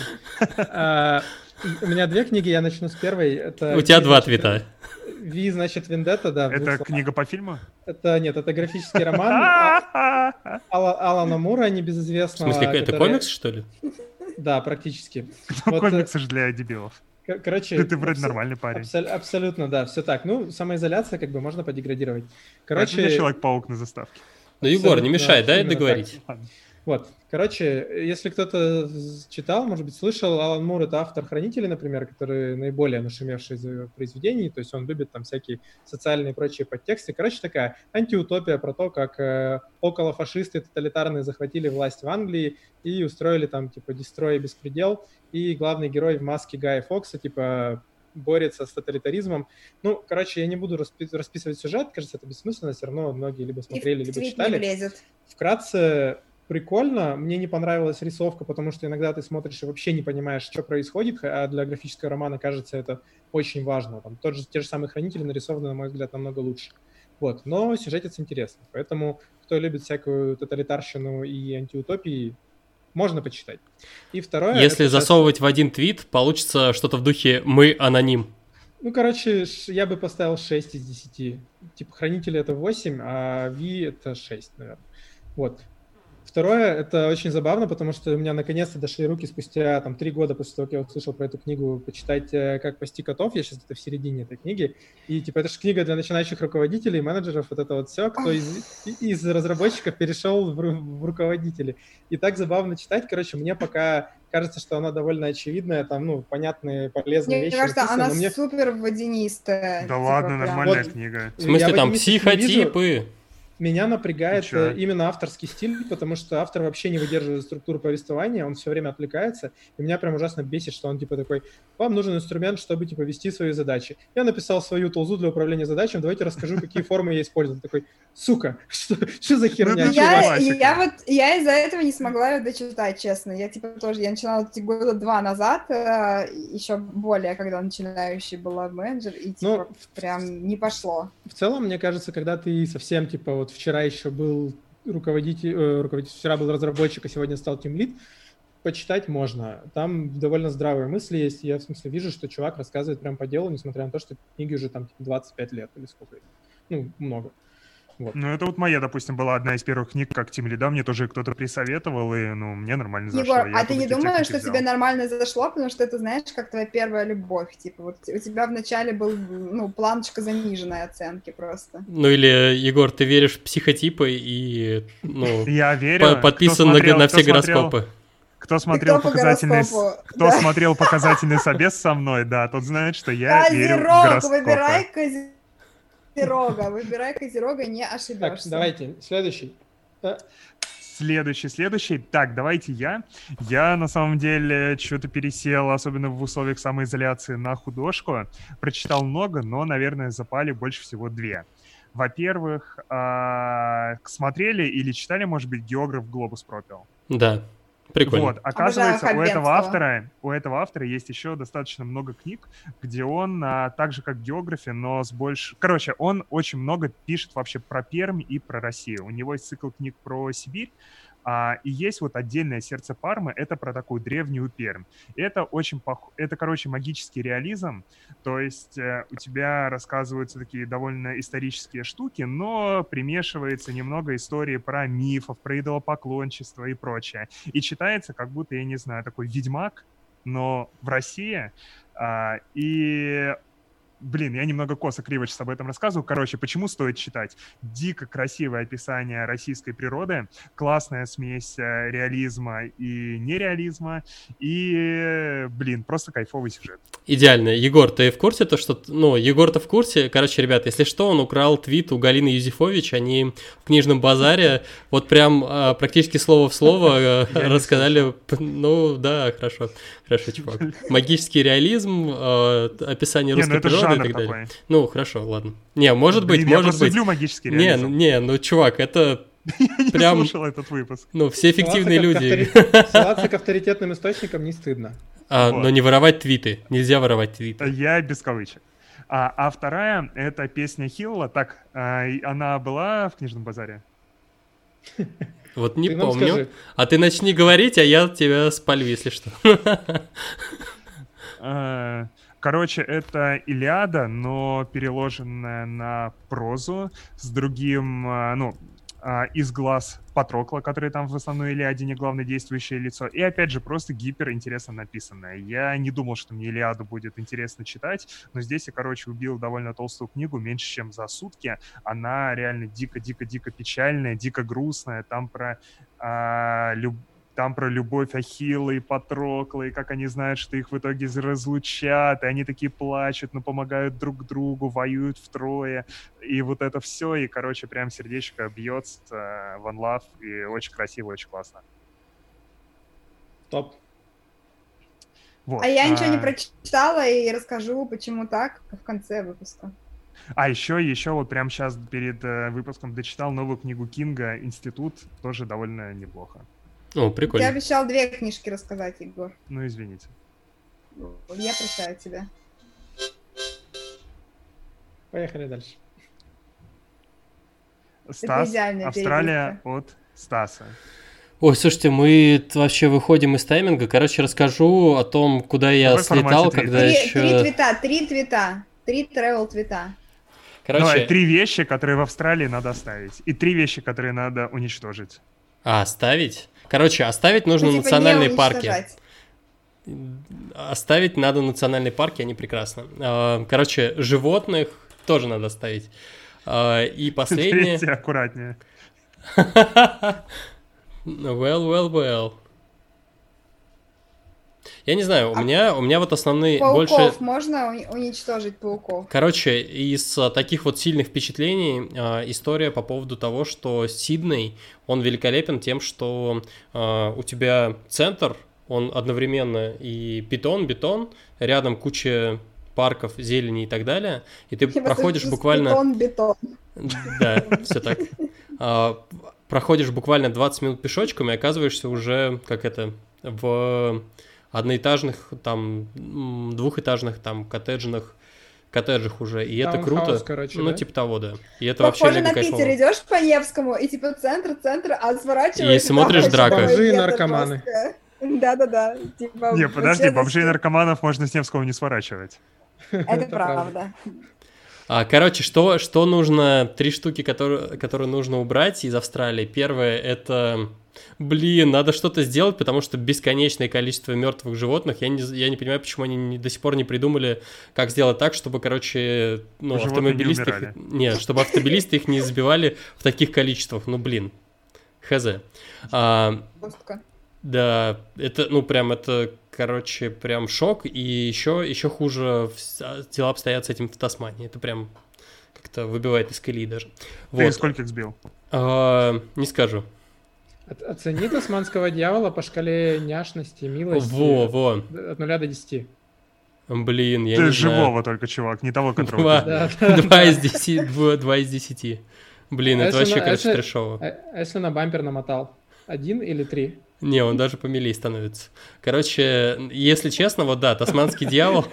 У меня 2 книги, я начну с первой.
У тебя 2 твита.
Ви, значит, Вендетта, да.
Это книга по фильму?
Нет, это графический роман Алана Мура, небезызвестного.
В смысле, это комикс, что ли?
Да, практически.
Комиксы же для дебилов.
Короче,
ты вроде нормальный парень.
Абсолютно, да, все так. Ну, самоизоляция, как бы, можно подеградировать.
Короче, Человек-паук на заставке.
Ну, Егор, не мешай, дай договорить.
Вот, короче, если кто-то читал, может быть, слышал, Алан Мур — это автор «Хранителей», например, который наиболее нашумевший из его произведений, то есть он любит там всякие социальные и прочие подтексты. Короче, такая антиутопия про то, как околофашисты тоталитарные захватили власть в Англии и устроили там, типа, дестрой и беспредел, и главный герой в маске Гая Фокса, типа, борется с тоталитаризмом. Ну, короче, я не буду расписывать сюжет, кажется, это бессмысленно, все равно многие либо смотрели, либо читали.
Не влезет.
Вкратце, прикольно. Мне не понравилась рисовка, потому что иногда ты смотришь и вообще не понимаешь, что происходит, а для графического романа, кажется, это очень важно. Там те же самые хранители нарисованы, на мой взгляд, намного лучше. Вот. Но сюжетец интересный. Поэтому, кто любит всякую тоталитарщину и антиутопии, можно почитать. И второе...
Если засовывать в один твит, получится что-то в духе «мы аноним».
Ну, короче, я бы поставил 6 из 10. Типа, хранители это 8, а Ви это 6, наверное. Вот. Второе, это очень забавно, потому что у меня наконец-то дошли руки спустя 3 года после того, как я услышал про эту книгу, почитать «Как пасти котов». Я сейчас где-то в середине этой книги. И типа это же книга для начинающих руководителей, менеджеров, вот это вот все, кто из разработчиков перешел в руководители. И так забавно читать. Короче, мне пока кажется, что она довольно очевидная, понятные, полезные вещи.
Мне кажется,
написаны,
она
мне...
супер водянистая.
Да ладно, нормальная книга.
В смысле, там психотипы?
Меня напрягает именно авторский стиль, потому что автор вообще не выдерживает структуру повествования, он все время отвлекается, и меня прям ужасно бесит, что он типа такой: вам нужен инструмент, чтобы типа вести свои задачи. Я написал свою тулзу для управления задачами, давайте расскажу, какие формы я использую. Такой: сука, что за херня?
Я из-за этого не смогла ее дочитать, честно. Я начинала года 2 назад, еще более, когда начинающий была менеджер, и прям не пошло.
В целом, мне кажется, когда ты совсем вчера еще был руководитель, вчера был разработчик, а сегодня стал тимлид, почитать можно. Там довольно здравые мысли есть. Я, в смысле, вижу, что чувак рассказывает прям по делу, несмотря на то, что книге уже 25 лет или сколько. Много. Вот.
Ну, это моя, допустим, была одна из первых книг как тимлида, мне тоже кто-то присоветовал, и, мне нормально зашло.
Егор, а ты не думаешь, что тебе нормально зашло, потому что это, знаешь, как твоя первая любовь, типа, вот у тебя вначале был, планочка заниженной оценки просто.
Ну, или, Егор, ты веришь в психотипы и,
я верю.
Подписан на все гороскопы.
Кто смотрел смотрел показательный собес со мной, да, тот знает, что я верю в гороскопы.
Выбирай Козерога, не ошибешься.
Так, давайте, следующий.
Следующий. Так, давайте я. Я, на самом деле, что-то пересел, особенно в условиях самоизоляции, на художку. Прочитал много, но, наверное, запали больше всего 2. Во-первых, смотрели или читали, может быть, «Географ Глобус пропил»?
Да. Прикольно.
Вот, оказывается, у этого автора есть еще достаточно много книг, где он, так же как в «Географе», но с больше... Короче, он очень много пишет вообще про Пермь и про Россию. У него есть цикл книг про Сибирь, и есть отдельное «Сердце Пармы», это про такую древнюю Пермь. Это короче, магический реализм, то есть у тебя рассказываются такие довольно исторические штуки, но примешивается немного истории про мифов, про идолопоклончество и прочее. И читается, как будто, я не знаю, такой «Ведьмак», но в России. Я немного косо-криво сейчас об этом рассказываю. Короче, почему стоит читать? Дико красивое описание российской природы, классная смесь реализма и нереализма, и, просто кайфовый сюжет.
Идеально. Егор, ты в курсе Егор-то в курсе. Короче, ребят, если что, он украл твит у Галины Юзефович, они в книжном базаре вот прям практически слово в слово рассказали. Да, хорошо, чувак. Магический реализм, описание русской природы. И так далее. Хорошо, ладно. Может быть.
Я просто люблю магический реализм.
Чувак, это
я
прям...
не слушал этот выпуск.
Все эффективные люди.
Ссылаться к авторитетным источникам не стыдно.
Но не воровать твиты. Нельзя воровать твиты.
Я без кавычек. А вторая — это песня Хилла. Так, она была в книжном базаре?
Вот не помню. А ты начни говорить, а я тебя спалю, если что.
Короче, это Илиада, но переложенная на прозу с другим, из глаз Патрокла, который там в основной Илиаде не главное действующее лицо. И опять же, просто гиперинтересно написанное. Я не думал, что мне Илиаду будет интересно читать, но здесь я, убил довольно толстую книгу, меньше чем за сутки. Она реально дико-дико-дико печальная, дико грустная. Там про любовь Ахилла и Патрокла, и как они знают, что их в итоге разлучат, и они такие плачут, но помогают друг другу, воюют втрое, и вот это все, и, прям сердечко бьется, One Love, и очень красиво, очень классно.
Топ.
Вот. А я ничего не прочитала, и расскажу, почему так, в конце выпуска.
А еще вот прямо сейчас перед выпуском дочитал новую книгу Кинга «Институт», тоже довольно неплохо.
О, прикольно.
Ты обещал 2 книжки рассказать, Егор.
Ну, извините.
Я прощаю тебя.
Поехали дальше.
Стас,
идеальная
Австралия
перебивка.
от Стаса.
Ой, слушайте, мы вообще выходим из тайминга. Короче, расскажу о том, куда я
Давай в формате
слетал,
твита.
когда еще...
3 твита. 3 travel-твита.
Короче...
Давай, 3 вещи, которые в Австралии надо оставить. И 3 вещи, которые надо уничтожить.
Оставить? Короче, оставить нужно
Ну, типа,
национальные
не
парки.
уничтожать.
Оставить надо национальные парки, они прекрасно. Короче, животных тоже надо оставить. И последнее...
Третье, аккуратнее.
Well. Я не знаю, у меня вот основные
Пауков
больше...
можно уничтожить пауков?
Короче, из таких вот сильных впечатлений история по поводу того, что Сидней, он великолепен тем, что у тебя центр, он одновременно и бетон, рядом куча парков, зелени и так далее, и ты проходишь буквально...
Бетон.
Да, все так. Проходишь буквально 20 минут пешочком и оказываешься уже, в одноэтажных, там, двухэтажных, там, коттеджах уже, и это круто.
Короче,
ну,
да?
типа того, да. И это
Похоже
вообще мега
на
кайфово.
Питер, идешь по Невскому, и типа центр, а сворачиваешь...
И смотришь
там
драка.
вообще
Бомжи и
это
наркоманы.
просто. Да. Типа,
Не, подожди,
вообще
бомжей и наркоманов можно с Невского не сворачивать.
Это правда.
Короче, что нужно, 3 штуки, которые нужно убрать из Австралии. Первое, это, надо что-то сделать, потому что бесконечное количество мертвых животных. Я не понимаю, почему они до сих пор не придумали, как сделать так, чтобы, короче, автомобилисты... Нет, чтобы автомобилисты их не забивали в таких количествах. Хз.
Пустка.
Да, это, прям шок, и еще хуже дела обстоят с этим в Тасмании. Это прям как-то выбивает из колеи даже.
Ты скольких сбил?
Не скажу.
Оцени тасманского дьявола по шкале няшности, милости.
Во.
От 0 до 10.
Блин, я
Ты
не
живого
знаю.
только, чувак, не того, которого...
Два из 10. Блин, это вообще, короче, трэшово.
А если на бампер намотал? 1 или 3?
Не, он даже помилей становится. Короче, если честно, вот да, тасманский дьявол,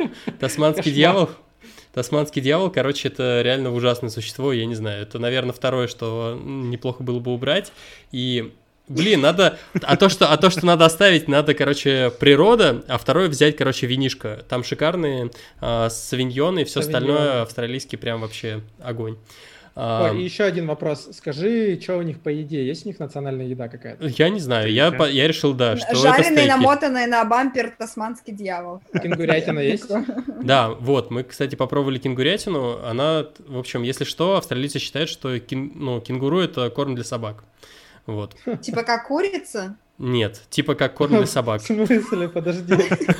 короче, это реально ужасное существо, я не знаю, это, наверное, второе, что неплохо было бы убрать, и, надо, то, что надо оставить, надо, короче, природа, а второе взять, короче, винишко, там шикарные савиньоны и все остальное австралийский прям вообще огонь.
И еще один вопрос. Скажи, что у них по еде? Есть у них национальная еда какая-то?
Я не знаю, я решил, да, что это
жареный,
стейки.
намотанный на бампер тасманский дьявол.
Кенгурятина есть?
Да, вот, мы, кстати, попробовали кенгурятину. Она, в общем, если что, австралийцы считают, что кенгуру — это корм для собак. Вот.
Типа как курица?
Нет, типа как корм для собак.
В смысле? Подожди.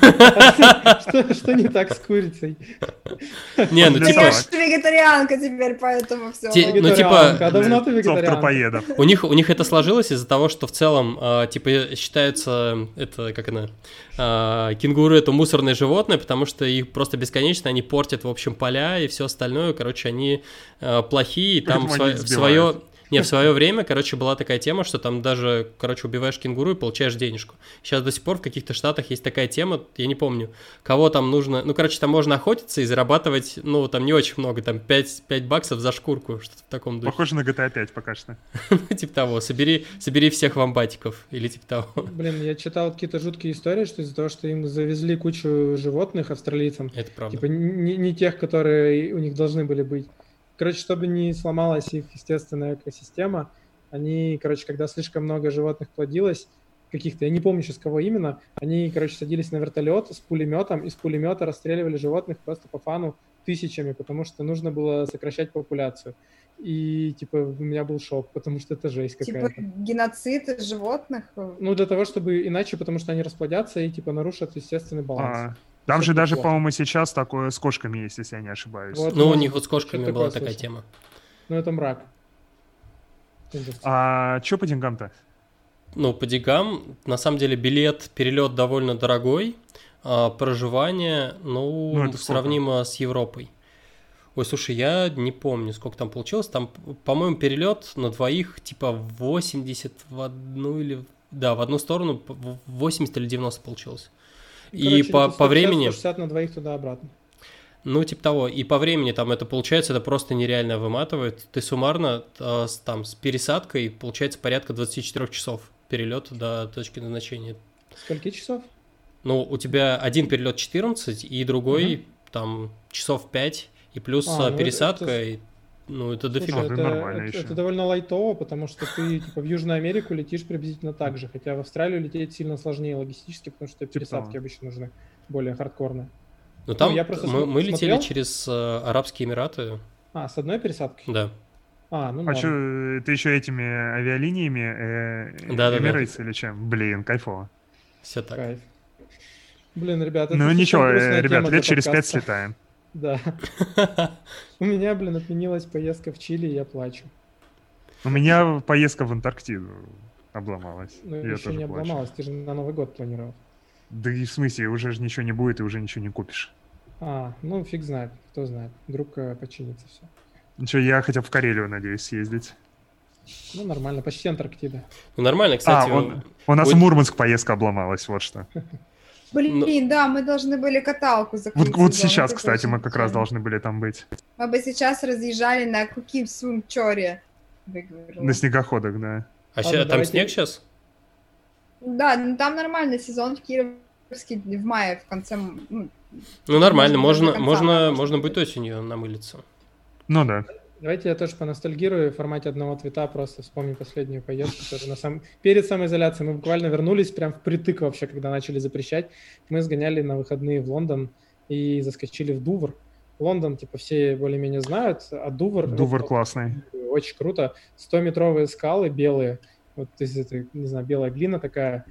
Что не так с курицей?
Не,
Ты
типа...
я же вегетарианка теперь, поэтому все.
А давно ты вегетарианка?
У них это сложилось из-за того, что в целом, типа, считается, это, кенгуру — это мусорное животное, потому что их просто бесконечно, они портят, в общем, поля и все остальное, короче, они плохие, и там в свое время, короче, была такая тема, что там даже, короче, убиваешь кенгуру и получаешь денежку. Сейчас до сих пор в каких-то штатах есть такая тема, я не помню, кого там нужно... там можно охотиться и зарабатывать, там не очень много, там 5 баксов за шкурку, что-то в таком духе.
Похоже на GTA 5 пока что.
Типа того, собери всех вомбатиков, или типа того.
Блин, я читал какие-то жуткие истории, что из-за того, что им завезли кучу животных австралийцам.
Это правда.
Типа не тех, которые у них должны были быть. Короче, чтобы не сломалась их естественная экосистема, они, когда слишком много животных плодилось, каких-то, я не помню сейчас кого именно, они, садились на вертолет с пулеметом, и с пулемета расстреливали животных просто по фану тысячами, потому что нужно было сокращать популяцию. И, у меня был шок, потому что это жесть какая-то.
Типа геноцид животных?
Для того, чтобы иначе, потому что они расплодятся и, нарушат естественный баланс.
Там же даже, по-моему, сейчас такое с кошками есть, если я не ошибаюсь.
Вот,
у них вот с кошками была такая тема.
Это мрак.
Что по деньгам-то?
По деньгам, на самом деле, перелет довольно дорогой, проживание, сравнимо с Европой. Ой, слушай, я не помню, сколько там получилось. Там, по-моему, перелет на двоих типа 80 в одну или... Да, в одну сторону 80 или 90 получилось. И
короче,
по времени...
160 на двоих туда-обратно.
Ну, типа того. И по времени там это получается, это просто нереально выматывает. Ты суммарно там с пересадкой получается порядка 24 часов перелета до точки назначения.
Сколько часов?
Ну, у тебя один перелет 14, и другой там часов 5, и плюс пересадка, это дофига.
Это довольно лайтово, потому что ты типа в Южную Америку летишь приблизительно так же, хотя в Австралию лететь сильно сложнее логистически, потому что пересадки обычно нужны более хардкорные.
Ну там мы летели через Арабские Эмираты.
С одной пересадкой?
Да.
Ну что, ты еще этими авиалиниями Emirates или чем? Блин, кайфово.
Все так.
Кайф. Блин, ребята,
ну ничего, ребят, лет через 5 слетаем.
Да. У меня, отменилась поездка в Чили, и я плачу.
У меня поездка в Антарктиду обломалась.
Ну, еще не обломалась, ты же на Новый год планировал.
Да и в смысле, уже же ничего не будет, и уже ничего не купишь.
Ну фиг знает, кто знает. Вдруг починится все.
Ничего, я хотел в Карелию, надеюсь, съездить.
Ну, нормально, почти Антарктида.
Ну, нормально, кстати.
У нас в Мурманск поездка обломалась, вот что.
Блин, да, мы должны были каталку закрыть.
Вот сейчас, кстати, мы как раз должны были там быть.
Мы бы сейчас разъезжали на Куким-Сунчоре.
На снегоходах, да.
Там снег сейчас?
Да, ну там нормальный сезон в Кировске в мае, в конце...
Ну, нормально, можно быть осенью намылиться.
Ну да.
Давайте я тоже поностальгирую в формате одного твита, просто вспомню последнюю поездку. Тоже перед самоизоляцией мы буквально вернулись прям впритык вообще, когда начали запрещать. Мы сгоняли на выходные в Лондон и заскочили в Дувр. Лондон, типа, все более-менее знают, а Дувр...
Дувр классный.
Очень круто. 100-метровые скалы белые, вот, то есть это, не знаю, белая глина такая,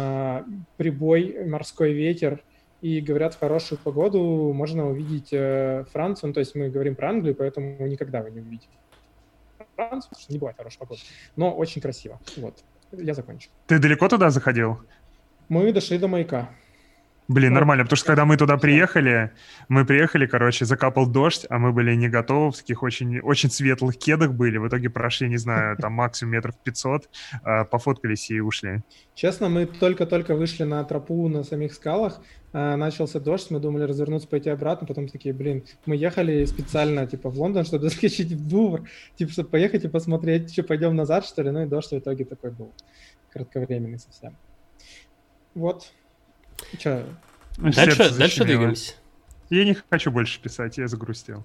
прибой, морской ветер. И говорят, в хорошую погоду можно увидеть Францию. Ну, то есть мы говорим про Англию, поэтому никогда вы не увидите Францию, потому что не бывает хорошей погоды. Но очень красиво. Вот, я закончил.
Ты далеко туда заходил?
Мы дошли до маяка.
Блин, нормально, потому что когда мы туда приехали, короче, закапал дождь, а мы были не готовы, в таких очень, очень светлых кедах были, в итоге прошли, не знаю, там максимум метров 500, пофоткались и ушли.
Честно, мы только-только вышли на тропу на самих скалах, начался дождь, мы думали развернуться, пойти обратно, потом такие, блин, мы ехали специально, типа, в Лондон, чтобы заскочить в Дувр, типа, чтобы поехать и посмотреть, что, пойдем назад, что ли, ну и дождь в итоге такой был, кратковременный совсем. Вот. Че?
Дальше двигаемся.
Я не хочу больше писать, я загрустил.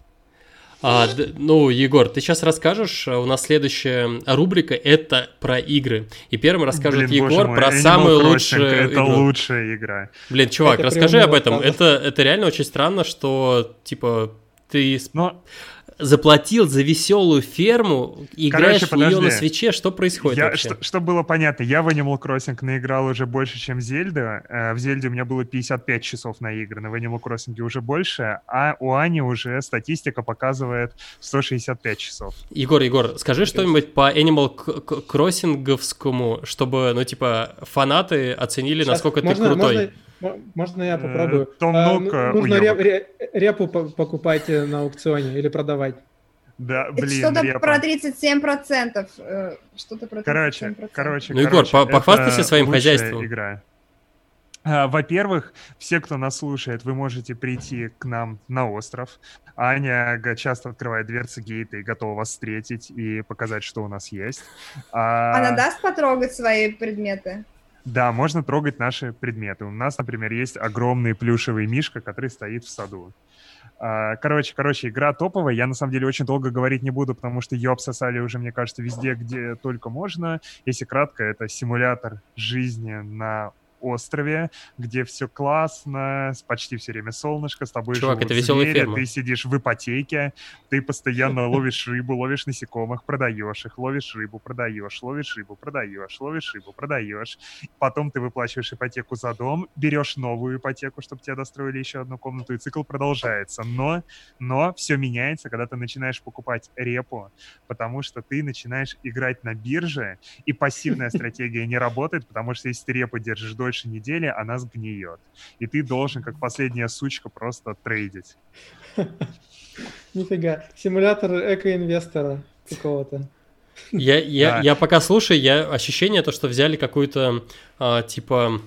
Ну, Егор, ты сейчас расскажешь, у нас следующая рубрика — это про игры. И первым расскажет Егор про самую лучшую игру.
Это лучшая игра.
Блин, чувак, расскажи об этом. Это реально очень странно, что, типа, ты... заплатил за веселую ферму, играешь в нее на свитче, что происходит вообще?
Чтобы было понятно, я в Animal Crossing наиграл уже больше, чем в Зельду. В Зельде у меня было 55 часов наиграно, в Animal Crossing уже больше, а у Ани уже статистика показывает 165 часов.
Егор, скажи что-нибудь по Animal Crossing-овскому, чтобы, ну, типа, фанаты оценили, насколько ты крутой.
Можно я попробую?
Нужно
репу покупать на аукционе или продавать.
Да, блин,
что-то
репа.
про 37%. Что-то про 37%.
Короче,
ну, Егор, похвастайся своим хозяйством.
Игра. Во-первых, все, кто нас слушает, вы можете прийти к нам на остров. Аня часто открывает дверцы гейта и готова вас встретить и показать, что у нас есть.
Она даст потрогать свои предметы?
Да, можно трогать наши предметы. У нас, например, есть огромный плюшевый мишка, который стоит в саду. Короче, игра топовая. Я, на самом деле, очень долго говорить не буду, потому что ее обсосали уже, мне кажется, везде, где только можно. Если кратко, это симулятор жизни на острове, где все классно, почти все время солнышко, с тобой
Чувак,
живут
это веселая
звери,
ферма.
ты сидишь в ипотеке, ты постоянно ловишь рыбу, ловишь насекомых, продаешь их, ловишь рыбу, продаешь, ловишь рыбу, продаешь, ловишь рыбу, продаешь. Потом ты выплачиваешь ипотеку за дом, берешь новую ипотеку, чтобы тебе достроили еще одну комнату, и цикл продолжается. Но все меняется, когда ты начинаешь покупать репу, потому что ты начинаешь играть на бирже, и пассивная стратегия не работает, потому что если ты репу держишь до дольше недели, она сгниет. И ты должен, как последняя сучка, просто трейдить.
Нифига. Симулятор эко-инвестора какого-то.
Я пока слушаю, ощущение то, что взяли какую-то типа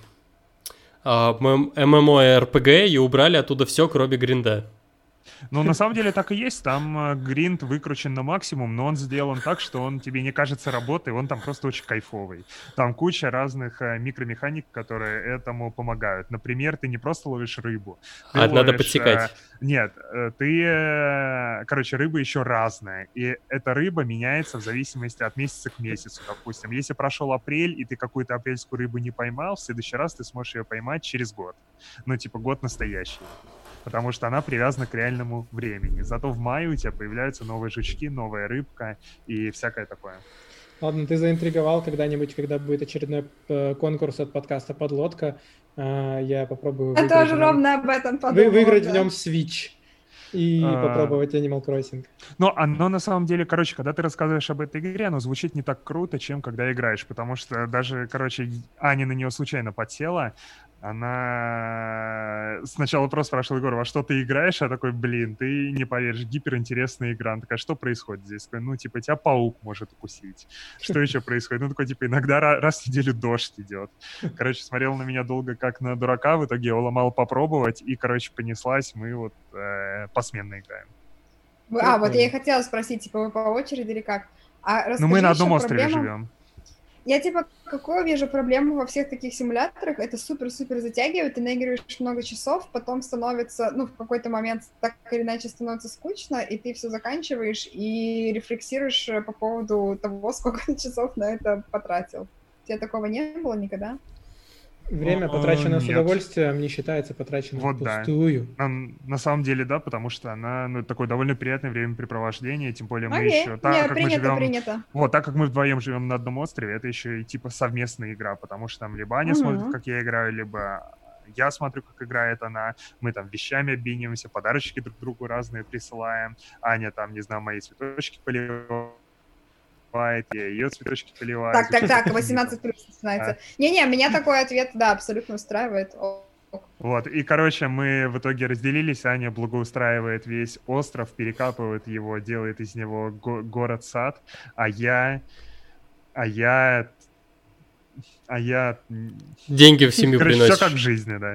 MMORPG и убрали оттуда все, кроме гринда.
Ну, на самом деле так и есть. Там гринд выкручен на максимум, но он сделан так, что он тебе не кажется работой, он там просто очень кайфовый. Там куча разных микромеханик, которые этому помогают. Например, ты не просто ловишь рыбу.
Надо подсекать.
Нет, короче, рыба еще разная. И эта рыба меняется в зависимости от месяца к месяцу, допустим. Если прошел апрель, и ты какую-то апрельскую рыбу не поймал, в следующий раз ты сможешь ее поймать через год. Ну, типа, год настоящий. Потому что она привязана к реальному времени. Зато в мае у тебя появляются новые жучки, новая рыбка и всякое такое.
Ладно, ты заинтриговал когда-нибудь, когда будет очередной конкурс от подкаста «Подлодка». Я попробую
Я тоже ровно об этом подумала.
Выиграть в нем Switch и попробовать Animal Crossing.
Но оно на самом деле, короче, когда ты рассказываешь об этой игре, оно звучит не так круто, чем когда играешь. Потому что даже, короче, Аня на нее случайно подсела. Она сначала просто спрашивала Егора, во что ты играешь? Я такой, блин, ты не поверишь, гиперинтересная игра. Она такая, что происходит здесь? Такой, ну, типа, тебя паук может укусить. Что еще происходит? Ну, такой, типа, иногда раз в неделю дождь идет. Короче, смотрела на меня долго как на дурака, в итоге я уломал попробовать, и, короче, понеслась, мы вот посменно играем.
Вот я и хотела спросить, типа, вы по очереди или как?
Ну, мы на одном острове живем.
Я, типа, какую вижу проблему во всех таких симуляторах, это супер-супер затягивает, ты наигрываешь много часов, потом становится, ну, в какой-то момент так или иначе становится скучно, и ты все заканчиваешь и рефлексируешь по поводу того, сколько ты часов на это потратил. У тебя такого не было никогда?
Время, потраченное с удовольствием, не считается потраченным
вот
впустую.
Да. На самом деле, да, потому что она, такое довольно приятное времяпрепровождение, тем более мы еще...
Принято.
Вот, так как мы вдвоем живем на одном острове, это еще и типа совместная игра, потому что там либо Аня смотрит, как я играю, либо я смотрю, как играет она, мы там вещами обмениваемся, подарочки друг другу разные присылаем, Аня там, не знаю, мои цветочки поливает, я ее цветочки поливаю.
Так, 18 плюс начинается. Не-не, меня такой ответ, да, абсолютно устраивает.
Вот, и, короче, мы в итоге разделились, Аня благоустраивает весь остров, перекапывает его, делает из него город-сад, а я...
Деньги в семью приносишь.
Все как в жизни, да.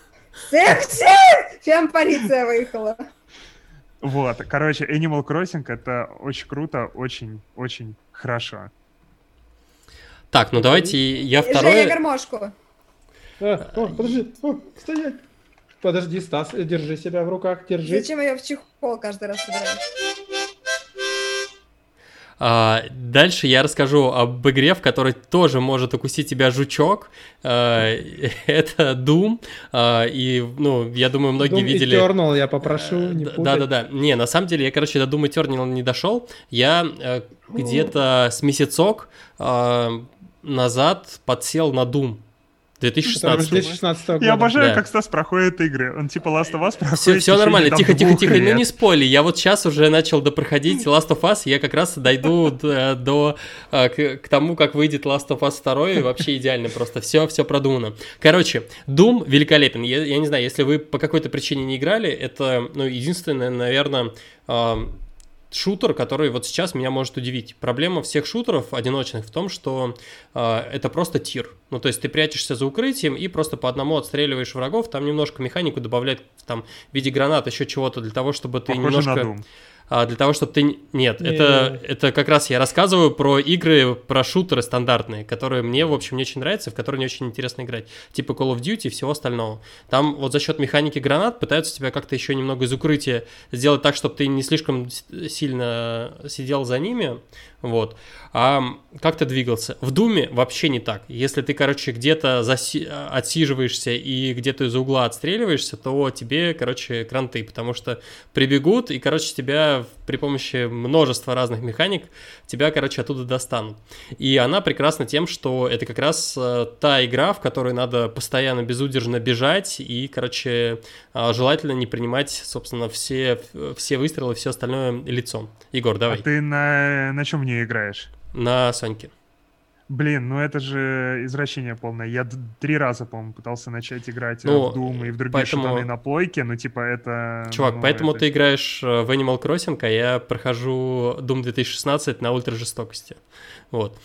Чем полиция выехала?
Вот, короче, Animal Crossing — это очень круто, очень-очень хорошо.
Так, ну давайте я второе...
Женя, гармошку.
Подожди, стоять. Подожди, Стас, держи себя в руках, держи.
Зачем ее в чехол каждый раз собираешь?
Дальше я расскажу об игре, в которой тоже может укусить тебя жучок. Это Doom. И, я думаю, многие
Doom
видели...
Eternal, я попрошу, не путать.
Да-да-да. Не, на самом деле, я, до Doom Eternal не дошел. Я где-то с месяцок назад подсел на Doom. 2016
года.
Я обожаю, как Стас проходит игры. Он типа Last of Us проходит.
Все нормально, тихо, ну не спойли. Я вот сейчас уже начал допроходить Last of Us, и я как раз дойду к тому, как выйдет Last of Us 2, и вообще идеально просто. Все продумано. Короче, Doom великолепен. Я не знаю, если вы по какой-то причине не играли, это, единственное, наверное... шутер, который вот сейчас меня может удивить. Проблема всех шутеров одиночных в том, что это просто тир. Ну, то есть ты прячешься за укрытием и просто по одному отстреливаешь врагов, там немножко механику добавляют там, в виде гранат, еще чего-то, для того, чтобы ты немножко... Для того, чтобы ты... Нет, это как раз я рассказываю про игры, про шутеры стандартные, которые мне, в общем, не очень нравятся, в которые не очень интересно играть. Типа Call of Duty и всего остального. Там вот за счет механики гранат пытаются тебя как-то еще немного из укрытия сделать так, чтобы ты не слишком сильно сидел за ними, вот, а как-то двигался. В Думе вообще не так. Если ты, где-то отсиживаешься и где-то из-за угла отстреливаешься, то тебе, кранты, потому что прибегут и, тебя при помощи множества разных механик тебя, оттуда достанут. И она прекрасна тем, что это как раз та игра, в которой надо постоянно безудержно бежать и, желательно не принимать, собственно, все выстрелы, все остальное лицом. Егор, давай.
А ты на чем в нее играешь?
На Соньке.
Блин, ну это же извращение полное. Я 3 раза, по-моему, пытался начать играть в Doom и в другие шутаны на плойке, но типа это...
Чувак, поэтому ты играешь в Animal Crossing, а я прохожу Doom 2016 на ультражестокости. Вот.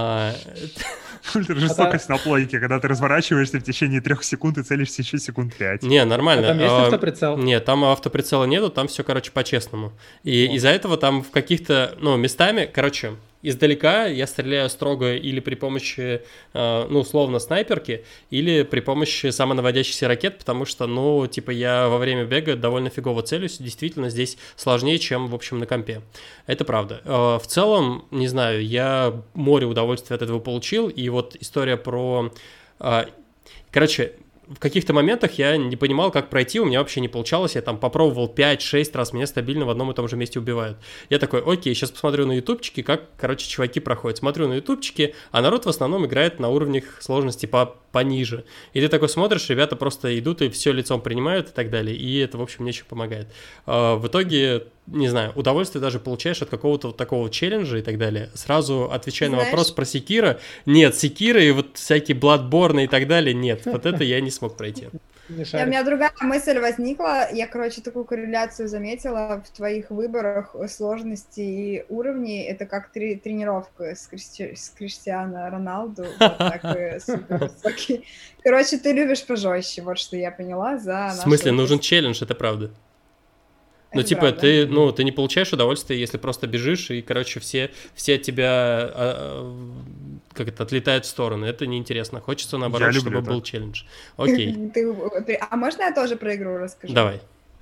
Ультражестокость на плойке, когда ты разворачиваешься в течение 3 секунд и целишься еще секунд 5.
Не, нормально.
А там есть автоприцел?
Нет, там автоприцела нету, там все, короче, по-честному. И из-за этого там в каких-то, местами, короче... Издалека я стреляю строго или при помощи, условно, снайперки, или при помощи самонаводящихся ракет, потому что, я во время бега довольно фигово целюсь, действительно здесь сложнее, чем, в общем, на компе. Это правда. В целом, не знаю, я море удовольствия от этого получил, и вот история про... Короче... В каких-то моментах я не понимал, как пройти, у меня вообще не получалось, я там попробовал 5-6 раз, меня стабильно в одном и том же месте убивают. Я такой, окей, сейчас посмотрю на ютубчики, как, чуваки проходят. Смотрю на ютубчики, а народ в основном играет на уровнях сложности пониже. И ты такой смотришь, ребята просто идут и все лицом принимают и так далее, и это, в общем, не очень помогает. В итоге... Не знаю, удовольствие даже получаешь от какого-то вот такого челленджа и так далее. Сразу отвечая на вопрос про Секиро. Нет, Секиро и вот всякие Bloodborne и так далее, нет. Вот это я не смог пройти.
У меня другая мысль возникла. Я, такую корреляцию заметила в твоих выборах сложности и уровней. Это как тренировка с Криштиано Роналду. Вот так супер высокий. Ты любишь пожестче, вот что я поняла.
В смысле, нужен челлендж, это правда. Ну,
это
типа,
правда.
ты не получаешь удовольствие, если просто бежишь, и, все от тебя отлетают в стороны. Это неинтересно. Хочется, наоборот, чтобы был челлендж. Окей.
А можно я тоже про игру расскажу?
Давай.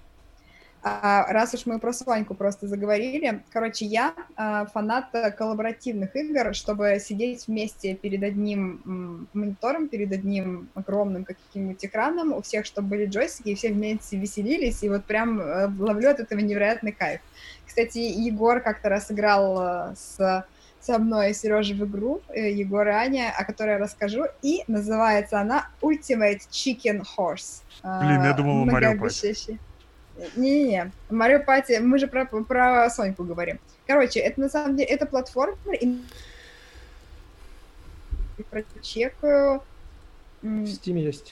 Раз уж мы про Соньку просто заговорили. Я фанат коллаборативных игр, чтобы сидеть вместе перед одним монитором, перед одним огромным каким-нибудь экраном, у всех, чтобы были джойстики, и все вместе веселились, и вот прям ловлю от этого невероятный кайф. Кстати, Егор как-то раз играл со мной и Сережей в игру, Егор и Аня, о которой я расскажу, и называется она Ultimate Chicken Horse.
Блин, я думала, Марио Пати.
Не-не-не, Марио Пати, мы же про Соньку говорим. Это на самом деле, это платформер, и прочекаю.
В Steam есть.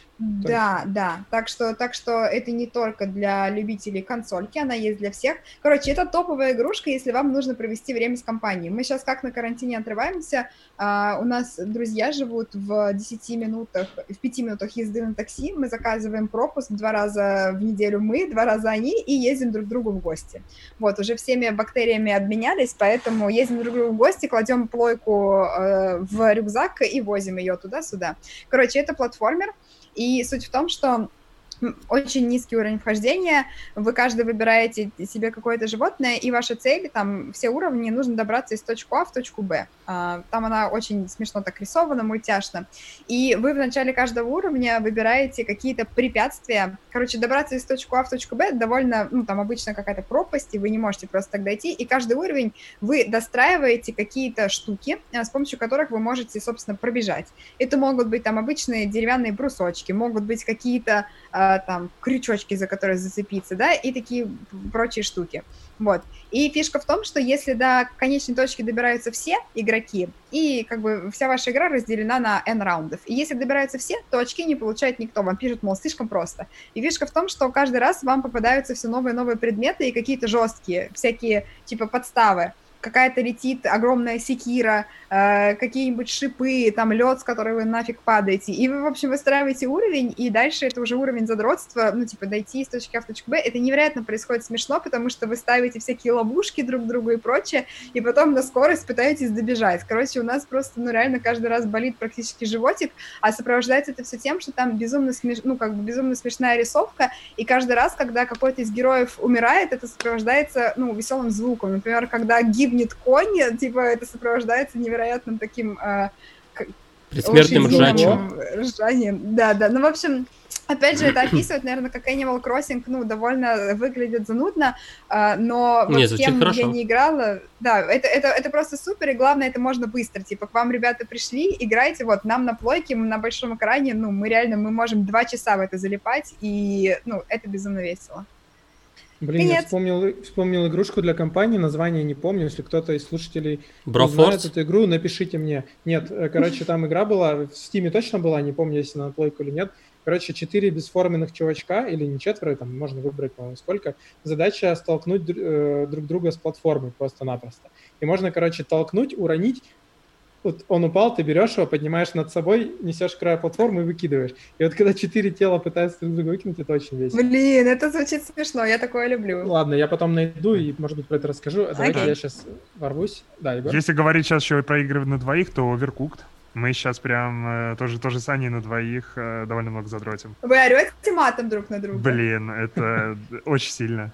Да. Так что это не только для любителей консольки, она есть для всех. Это топовая игрушка, если вам нужно провести время с компанией. Мы сейчас как на карантине отрываемся, у нас друзья живут в 10 минутах, в 5 минутах езды на такси, мы заказываем пропуск 2 раза в неделю мы, 2 раза они, и ездим друг к другу в гости. Вот, уже всеми бактериями обменялись, поэтому ездим друг к другу в гости, кладем плойку в рюкзак и возим ее туда-сюда. Это платформер. И суть в том, что очень низкий уровень вхождения, вы каждый выбираете себе какое-то животное, и ваша цель, там все уровни, нужно добраться из точки А в точку Б. Там она очень смешно так рисована, мультяшно. И вы в начале каждого уровня выбираете какие-то препятствия. Добраться из точки А в точку Б довольно, там обычно какая-то пропасть, и вы не можете просто так дойти, и каждый уровень вы достраиваете какие-то штуки, с помощью которых вы можете, собственно, пробежать. Это могут быть там обычные деревянные брусочки, могут быть какие-то там крючочки, за которые зацепиться, да, и такие прочие штуки. Вот. И фишка в том, что если до конечной точки добираются все игроки, и вся ваша игра разделена на N раундов, и если добираются все, то очки не получает никто, вам пишут, мол, слишком просто. И фишка в том, что каждый раз вам попадаются все новые и новые предметы и какие-то жесткие, всякие типа подставы. Какая-то летит огромная секира, какие-нибудь шипы, там лед, с которой вы нафиг падаете. И вы, в общем, выстраиваете уровень, и дальше это уже уровень задротства, дойти из точки А в точку Б. Это невероятно происходит смешно, потому что вы ставите всякие ловушки друг к другу и прочее, и потом на скорость пытаетесь добежать. У нас просто, реально каждый раз болит практически животик, а сопровождается это все тем, что там безумно смешная рисовка, и каждый раз, когда какой-то из героев умирает, это сопровождается, веселым звуком. Например, когда гибнет конь, это сопровождается невероятным таким
предсмертным ржанием.
Да. В общем, опять же, это описывает, наверное, как Animal Crossing, довольно выглядит занудно, но вот с кем я не играла, да, это просто супер, и главное, это можно быстро, к вам ребята пришли, играйте, вот, нам на плойке, на большом экране, мы можем 2 часа в это залипать, и, это безумно весело.
Блин, я вспомнил игрушку для компании, название не помню. Если кто-то из слушателей
знает
эту игру, напишите мне. Нет, короче, там игра была, в Steam точно была, не помню, если на плойку или нет. Короче, 4 бесформенных чувачка, или не 4, там можно выбрать, по-моему, сколько. Задача столкнуть друг друга с платформой просто-напросто. И можно, короче, толкнуть, уронить. Вот он упал, ты берешь его, поднимаешь над собой, несешь к краю платформы и выкидываешь. И вот когда 4 тела пытаются друг друга выкинуть, это очень весело.
Блин, это звучит смешно, я такое люблю.
Ладно, я потом найду и, может быть, про это расскажу. Давайте я сейчас ворвусь. Да, Егор?
Если говорить сейчас еще про игры на двоих, то Overcooked. Мы сейчас прям тоже с Аней на двоих довольно много задротим.
Вы орете матом друг на друга?
Блин, это очень сильно.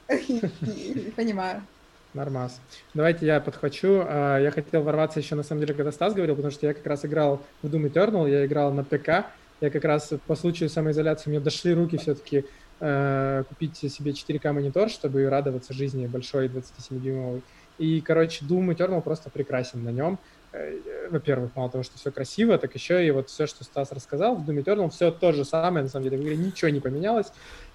Понимаю.
Нормас. Давайте я подхвачу. Я хотел ворваться еще, на самом деле, когда Стас говорил, потому что я как раз играл в Doom Eternal, я играл на ПК. Я как раз по случаю самоизоляции, мне дошли руки все-таки купить себе 4К монитор, чтобы радоваться жизни большой 27-дюймовой. И, короче, Doom Eternal просто прекрасен на нем. Во-первых, мало того, что все красиво, так еще и вот все, что Стас рассказал, в Doom Eternal все то же самое, на самом деле, в игре ничего не поменялось,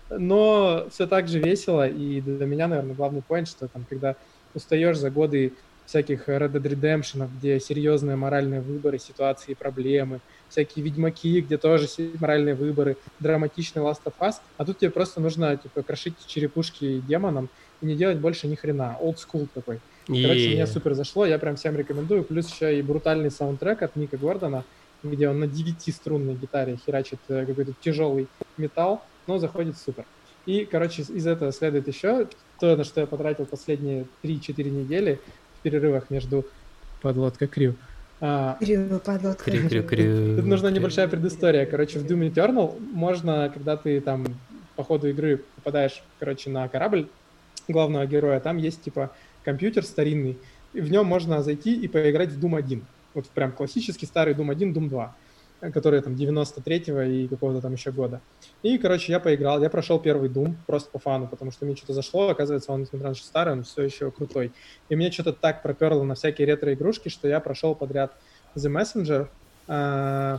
но все так же весело, и для меня, наверное, главный поинт, что там, когда устаешь за годы всяких Red Dead Redemption, где серьезные моральные выборы, ситуации, проблемы, всякие Ведьмаки, где тоже моральные выборы, драматичный Last of Us, а тут тебе просто нужно, типа, крошить черепушки демонам и не делать больше ни хрена, old school такой. Короче, мне супер зашло, я прям всем рекомендую. Плюс еще и брутальный саундтрек от Мика Гордона, где он на 9-струнной гитаре херачит какой-то тяжелый металл, но заходит супер. И, короче, из этого следует еще то, на что я потратил последние 3-4 недели в перерывах между подлодка Крю.
Подлодка.
Тут нужна небольшая предыстория. Короче, в Doom Eternal можно, когда ты там по ходу игры попадаешь, короче, на корабль главного героя, там есть, типа, компьютер старинный, и в нем можно зайти и поиграть в Doom 1. Вот прям классический старый Doom 1, Doom 2, который там 93-го и какого-то там еще года. И, короче, я поиграл, я прошел первый Doom просто по фану, потому что мне что-то зашло, оказывается, он, несмотря на что старый, он все еще крутой. И мне что-то так проперло на всякие ретро-игрушки, что я прошел подряд The Messenger,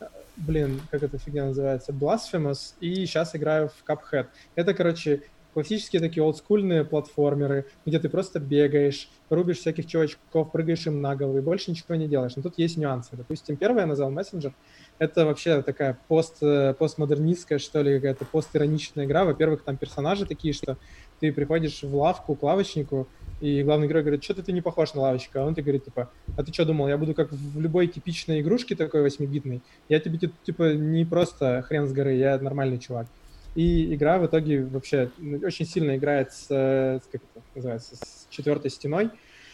как эта фигня называется, Blasphemous, и сейчас играю в Cuphead. Это, короче, классические такие олдскульные платформеры, где ты просто бегаешь, рубишь всяких чувачков, прыгаешь им на голову и больше ничего не делаешь. Но тут есть нюансы. Допустим, первое я назвал Messenger. Это вообще такая постмодернистская, что ли, какая-то постироничная игра. Во-первых, там персонажи такие, что ты приходишь в лавку к лавочнику, и главный герой говорит, что-то ты не похож на лавочника. А он тебе говорит, типа, а ты что думал, я буду как в любой типичной игрушке такой 8-битной? Я тебе, типа, не просто хрен с горы, я нормальный чувак. И игра в итоге вообще очень сильно играет с как это называется, с четвертой стеной.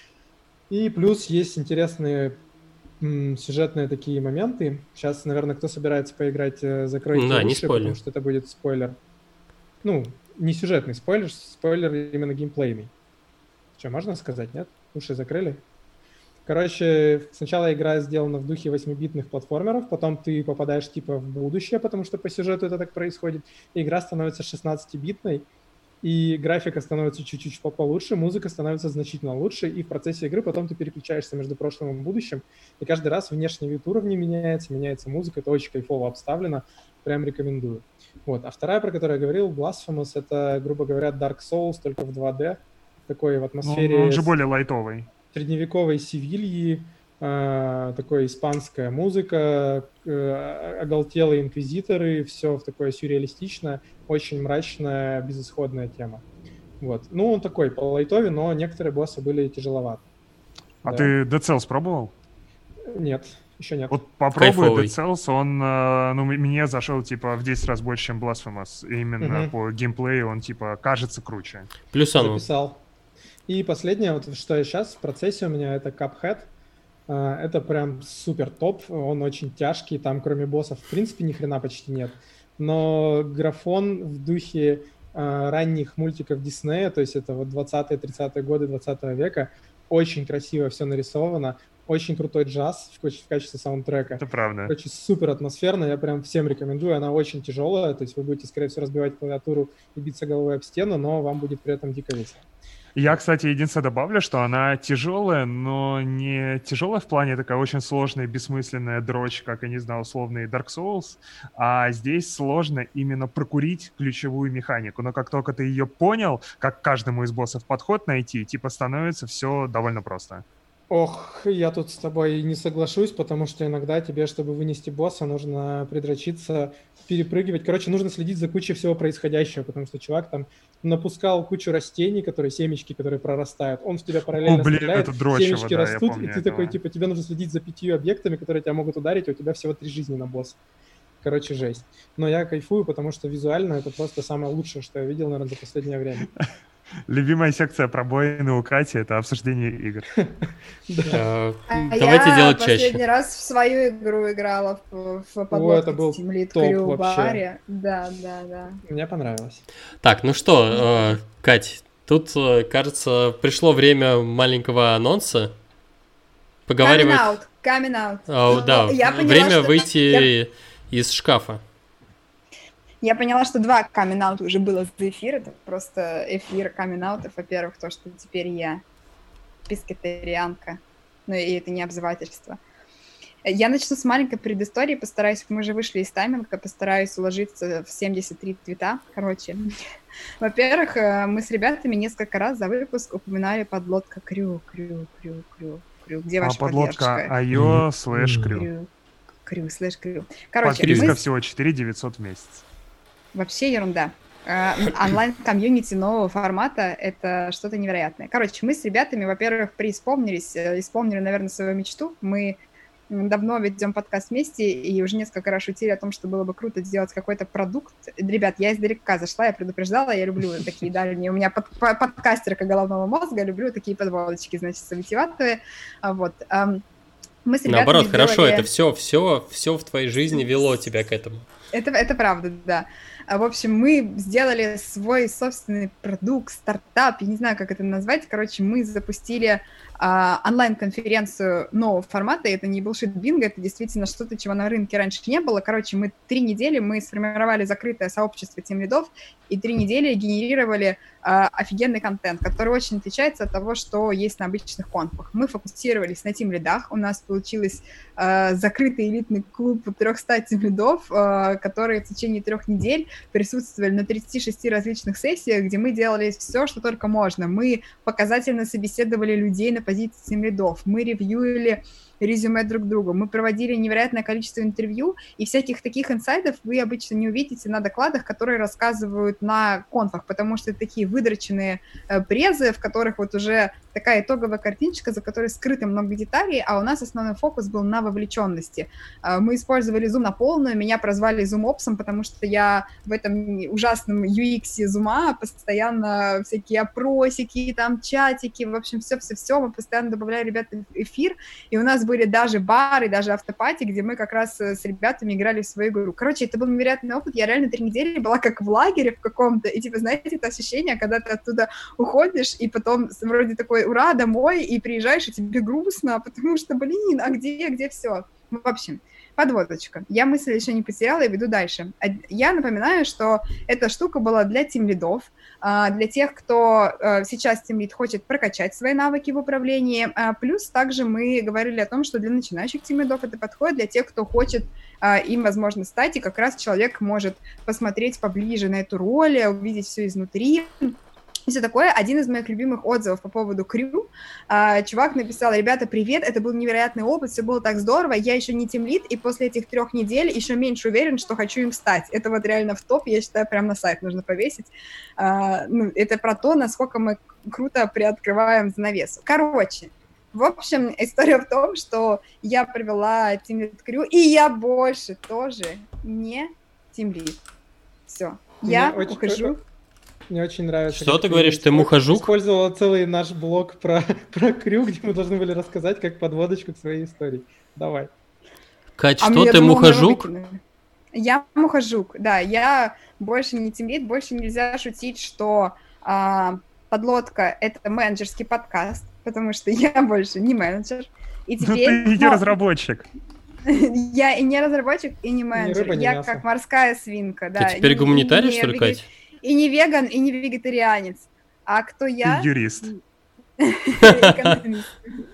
И плюс есть интересные сюжетные такие моменты. Сейчас, наверное, кто собирается поиграть, закройте уши, потому что это будет спойлер. Ну, не сюжетный спойлер именно геймплейный. Что, можно сказать, нет? Уши закрыли? Короче, сначала игра сделана в духе 8-битных платформеров, потом ты попадаешь типа в будущее, потому что по сюжету это так происходит, и игра становится 16-битной, и графика становится чуть-чуть получше, музыка становится значительно лучше, и в процессе игры потом ты переключаешься между прошлым и будущим, и каждый раз внешний вид уровня меняется музыка, это очень кайфово обставлено, прям рекомендую. Вот. А вторая, про которую я говорил, Blasphemous, это, грубо говоря, Dark Souls, только в 2D, такой в атмосфере...
Он же более лайтовый.
Средневековой Севильи, такой испанская музыка, оголтелые инквизиторы, все в такое сюрреалистичное, очень мрачная, безысходная тема. Вот. Ну, он такой по лайтове, но некоторые боссы были тяжеловаты.
А да. Ты Dead Cells пробовал?
Нет, еще нет.
Вот попробуй Dead Cells, он мне зашел типа в 10 раз больше, чем Blasphemous. Именно по геймплею он типа кажется круче.
Плюс оно.
Записал. И последнее, вот что я сейчас в процессе у меня, это Cuphead. Это прям супер топ, он очень тяжкий, там кроме боссов в принципе ни хрена почти нет. Но графон в духе ранних мультиков Диснея, то есть это вот 20-30-е годы 20 века, очень красиво все нарисовано, очень крутой джаз в качестве саундтрека.
Это правда.
Короче, супер атмосферно, я прям всем рекомендую, она очень тяжелая, то есть вы будете, скорее всего, разбивать клавиатуру и биться головой об стену, но вам будет при этом дико весело.
Я, кстати, единственное добавлю, что она тяжелая, но не тяжелая в плане такая очень сложная, бессмысленная дрочь, как, я не знаю, условный Dark Souls, а здесь сложно именно прокурить ключевую механику. Но как только ты ее понял, как каждому из боссов подход найти, типа становится все довольно просто.
Ох, я тут с тобой не соглашусь, потому что иногда тебе, чтобы вынести босса, нужно придрочиться, перепрыгивать. Короче, нужно следить за кучей всего происходящего, потому что чувак там напускал кучу растений, которые семечки, которые прорастают. Он в тебя параллельно стреляет,
это дрочево,
семечки
да,
растут, и ты
этого.
такой, типа, тебе нужно следить за 5 объектами, которые тебя могут ударить, а у тебя всего 3 жизни на босса. Короче, жесть. Но я кайфую, потому что визуально это просто самое лучшее, что я видел, наверное, за последнее время.
Любимая секция пробоины у Кати — это обсуждение игр.
Давайте делать чаще.
Я последний раз в свою игру играла в подлодке Team Lead Crew баре. Да.
Мне понравилось.
Так, ну что, Кать, тут, кажется, пришло время маленького анонса. Поговаривать...
Coming out.
Да, время выйти из шкафа.
Я поняла, что 2 камин-аута уже было за эфир. Это просто эфир камин-аутов. Во-первых, то, что теперь я пескетарианка. Ну и это не обзывательство. Я начну с маленькой предыстории. Постараюсь, мы же вышли из тайминга, постараюсь уложиться в 73 твита. Короче, во-первых, мы с ребятами несколько раз за выпуск упоминали подлодка Крю. Где ваша
подлодка IO /Крю.
Крю. Короче,
подписка всего 4900 в месяц.
Вообще ерунда. Онлайн-комьюнити нового формата — это что-то невероятное. Короче, мы с ребятами, во-первых, исполнили, наверное, свою мечту. Мы давно ведем подкаст вместе и уже несколько раз шутили о том, что было бы круто сделать какой-то продукт. Ребят, я издалека зашла, я предупреждала, я люблю такие дальние. У меня подкастерка головного мозга, люблю такие подводочки, значит, витиеватые. Вот. Мы с ребятами
наоборот, хорошо, это все в твоей жизни вело тебя к этому.
Это правда, да. В общем, мы сделали свой собственный продукт, стартап, я не знаю, как это назвать. Короче, мы запустили онлайн-конференцию нового формата, и это не bullshit bingo, это действительно что-то, чего на рынке раньше не было. Короче, 3 недели мы сформировали закрытое сообщество тимлидов, и 3 недели генерировали офигенный контент, который очень отличается от того, что есть на обычных конфах. Мы фокусировались на тимлидах, у нас получилось закрытый элитный клуб 300 тимлидов, которые в течение 3 недель присутствовали на 36 различных сессиях, где мы делали все, что только можно. Мы показательно собеседовали людей на позиции тимлидов, мы ревьюили резюме друг другу, мы проводили невероятное количество интервью, и всяких таких инсайдов вы обычно не увидите на докладах, которые рассказывают на конфах, потому что это такие выдроченные презы, в которых вот уже такая итоговая картиночка, за которой скрыто много деталей, а у нас основной фокус был на вовлеченности. Мы использовали Zoom на полную, меня прозвали Zoom-опсом, потому что я в этом ужасном UX Zoom постоянно всякие опросики, там чатики, в общем, все-все-все, мы постоянно добавляли ребят в эфир, и у нас были даже бары, даже автопати, где мы как раз с ребятами играли в свою игру. Короче, это был невероятный опыт, я реально 3 недели была как в лагере в каком-то, и типа, знаете, это ощущение, когда ты оттуда уходишь, и потом вроде такой, ура, домой, и приезжаешь, и тебе грустно, потому что, блин, а где все? В общем, подводочка. Я мысль еще не потеряла и веду дальше. Я напоминаю, что эта штука была для тимлидов, для тех, кто сейчас тимлид хочет прокачать свои навыки в управлении. Плюс также мы говорили о том, что для начинающих тимлидов это подходит, для тех, кто хочет им, возможно, стать, и как раз человек может посмотреть поближе на эту роль, увидеть все изнутри. И все такое. Один из моих любимых отзывов по поводу Крю. Чувак написал: ребята, привет, это был невероятный опыт, все было так здорово, я еще не тимлид, и после этих 3 недель еще меньше уверен, что хочу им стать. Это вот реально в топ, я считаю, прям на сайт нужно повесить. Это про то, насколько мы круто приоткрываем занавесу. Короче, в общем, история в том, что я провела тимлид Крю, и я больше тоже не тимлид. Все, я ухожу.
Мне очень нравится.
Что ты говоришь, ты мухожук?
Использовала целый наш блог про Крю, где мы должны были рассказать как подводочку к своей истории. Давай.
Кать, что ты мухожук?
Я мухожук, да. Я больше не тимлид, больше нельзя шутить, что подлодка — это менеджерский подкаст, потому что я больше не менеджер. И теперь...
ты не разработчик.
Я и не разработчик, и не менеджер.
Рыба,
я
мясо.
Как морская свинка, да.
Ты теперь гуманитарий, что ли, Кать?
И не веган, и не вегетарианец. А кто я?
Ты юрист.
Экономист.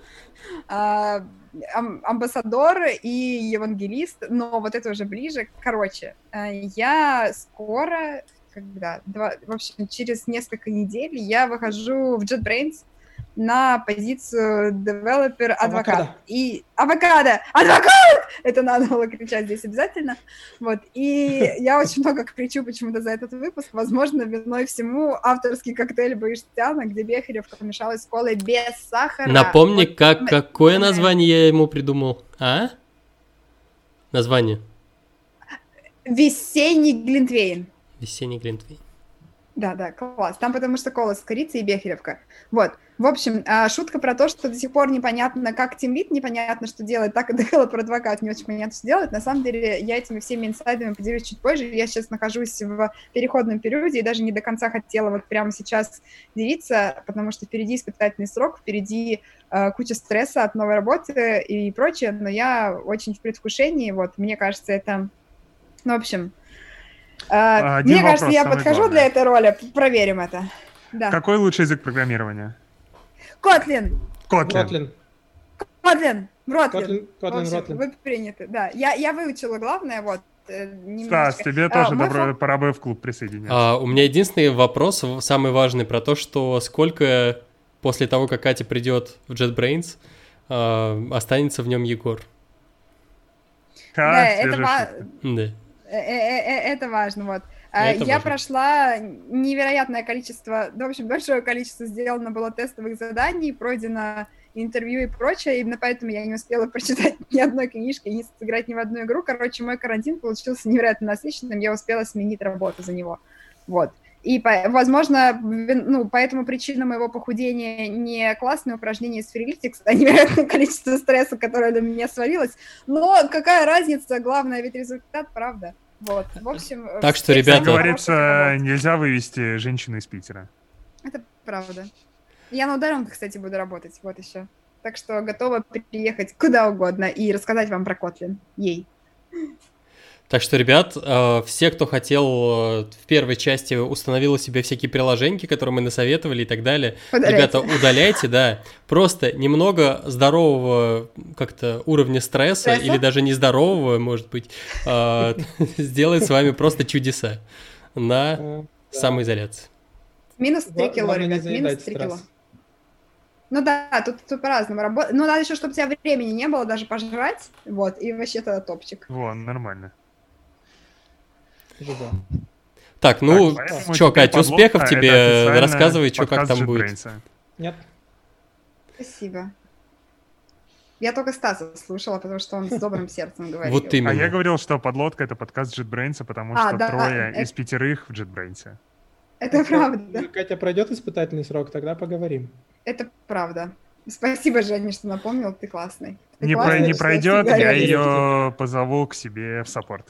Амбассадор и евангелист, но вот это уже ближе. Короче, я скоро, в общем, через несколько недель я выхожу в JetBrains на позицию девелопер-адвокат. И авокадо! Адвокат! Это надо было кричать здесь обязательно. Вот. И я очень много кричу почему-то за этот выпуск. Возможно, виной всему авторский коктейль Баиштяна, где Бехаревка помешалась с колой без сахара.
Напомни, какое название я ему придумал? А? Название?
Весенний глинтвейн.
Весенний глинтвейн.
Да, класс. Там потому что кола с корицей и Бехаревка. Вот. В общем, шутка про то, что до сих пор непонятно, как тимлид, непонятно, что делает, так и девелопер-адвокат не очень понятно, что делает. На самом деле, я этими всеми инсайдами поделюсь чуть позже. Я сейчас нахожусь в переходном периоде и даже не до конца хотела вот прямо сейчас делиться, потому что впереди испытательный срок, впереди куча стресса от новой работы и прочее, но я очень в предвкушении. Вот, мне кажется, это... Ну, в общем... Мне кажется, я подхожу
главный.
для этой роли. Проверим это. Да.
Какой лучший язык программирования?
Котлин.
Ротлин.
Вы приняты, да. Я выучила главное, вот.
Стас, тебе тоже пора бы в клуб присоединяться.
У меня единственный вопрос, самый важный, про то, что сколько после того, как Катя придет в JetBrains, останется в нем Егор.
Да, это важно, вот.
Это
я
важно.
Прошла невероятное количество, в общем, большое количество сделано было тестовых заданий, пройдено интервью и прочее, именно поэтому я не успела прочитать ни одной книжки и не сыграть ни в одну игру. Короче, мой карантин получился невероятно насыщенным, я успела сменить работу за него, вот. И, возможно, по этому причинам моего похудения не классные упражнения с Freeletics, а невероятное количество стресса, которое на меня свалилось. Но какая разница, главное ведь результат, правда? Вот, в общем...
Так что, ребята...
Как говорится, нельзя вывести женщину из Питера.
Это правда. Я на удаленках, кстати, буду работать, вот еще. Так что готова приехать куда угодно и рассказать вам про Kotlin. Ей.
Так что, ребят, все, кто хотел в первой части, установил себе всякие приложеньки, которые мы насоветовали и так далее.
Удаляйте.
Ребята, удаляйте, да. Просто немного здорового как-то уровня стресса, или даже нездорового, может быть, сделает с вами просто чудеса на самоизоляции.
Минус 3 кило, ребят, минус 3 кило. Ну да, тут по-разному работать. Ну, надо еще, чтобы у тебя времени не было даже пожрать, вот, и вообще тогда топчик.
Вон, нормально.
Так, ну, что, Катя, успехов тебе, рассказывай, что как там будет.
Нет.
Спасибо. Я только Стаса слушала, потому что он с добрым сердцем говорил.
Вот именно.
А я говорил, что «Подлодка» — это подкаст JetBrains, потому что трое из 5 в JetBrains.
Это правда.
Катя пройдет испытательный срок, тогда поговорим.
Это правда. Спасибо, Женя, что напомнил, ты классный.
Не пройдет, я ее позову к себе в саппорт.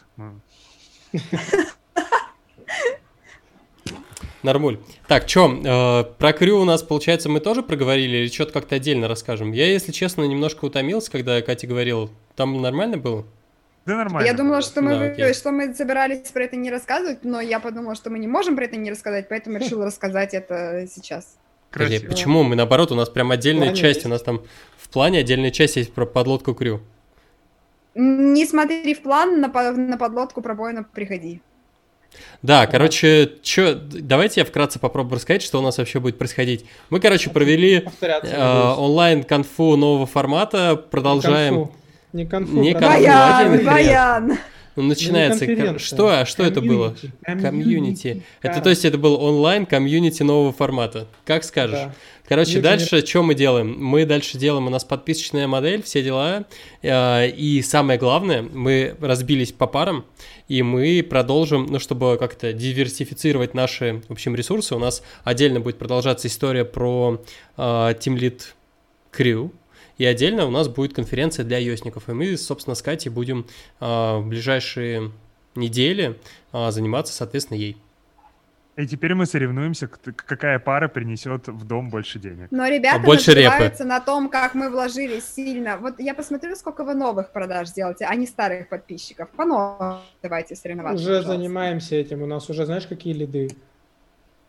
Нормуль. Так, что, про Крю у нас, получается, мы тоже проговорили или что-то как-то отдельно расскажем? Я, если честно, немножко утомился, когда Катя говорила. Там нормально было?
Да нормально.
Я думала, что мы,
Да,
что мы собирались про это не рассказывать, но я подумала, что мы не можем про это не рассказать, поэтому решила рассказать это сейчас.
Красиво.
Почему? Мы, наоборот, у нас прям отдельная
плане
часть,
есть.
у нас там в плане отдельная часть есть про подлодку Крю.
Не смотри в план, на подлодку пробоину приходи.
Да, короче, давайте я вкратце попробую рассказать, что у нас вообще будет происходить. Мы, короче, провели онлайн-конфу нового формата, продолжаем...
Не конфу.
Не конфу.
Баян!
Ну, начинается...
конференция.
Что это было? Комьюнити. Это, то есть, это был онлайн-комьюнити нового формата. Как скажешь.
Да.
Короче, дальше что мы делаем? Мы дальше делаем, у нас подписочная модель, все дела. И самое главное, мы разбились по парам, и мы продолжим, ну, чтобы как-то диверсифицировать наши, в общем, ресурсы. У нас отдельно будет продолжаться история про Team Lead Crew. И отдельно у нас будет конференция для iOS-ников. И мы, собственно, с Катей будем в ближайшие недели заниматься, соответственно, ей.
И теперь мы соревнуемся, какая пара принесет в дом больше денег.
Но ребята
больше
наживаются на том, как мы вложились сильно. Вот я посмотрю, сколько вы новых продаж делаете, а не старых подписчиков. По-новому давайте соревноваться.
Уже занимаемся этим. У нас уже, знаешь, какие лиды?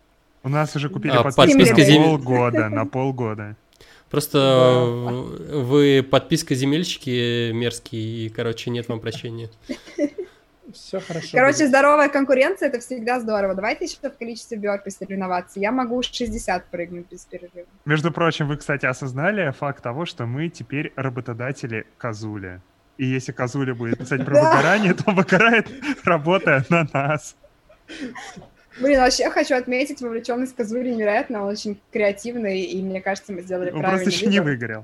У нас уже купили
подписка
на полгода.
Просто вы подписка-земельщики мерзкие, и, короче, нет вам прощения.
Все хорошо.
Короче, здоровая конкуренция — это всегда здорово. Давайте еще в количестве бёрпи соревноваться. Я могу 60 прыгнуть без перерыва.
Между прочим, вы, кстати, осознали факт того, что мы теперь работодатели Козули. И если Козуля будет писать про выгорание, то выгорает, работая на нас.
Блин, вообще хочу отметить вовлеченность Козули невероятно. Он очень креативный, и мне кажется, мы сделали правильный выбор.
Он просто еще не выгорел.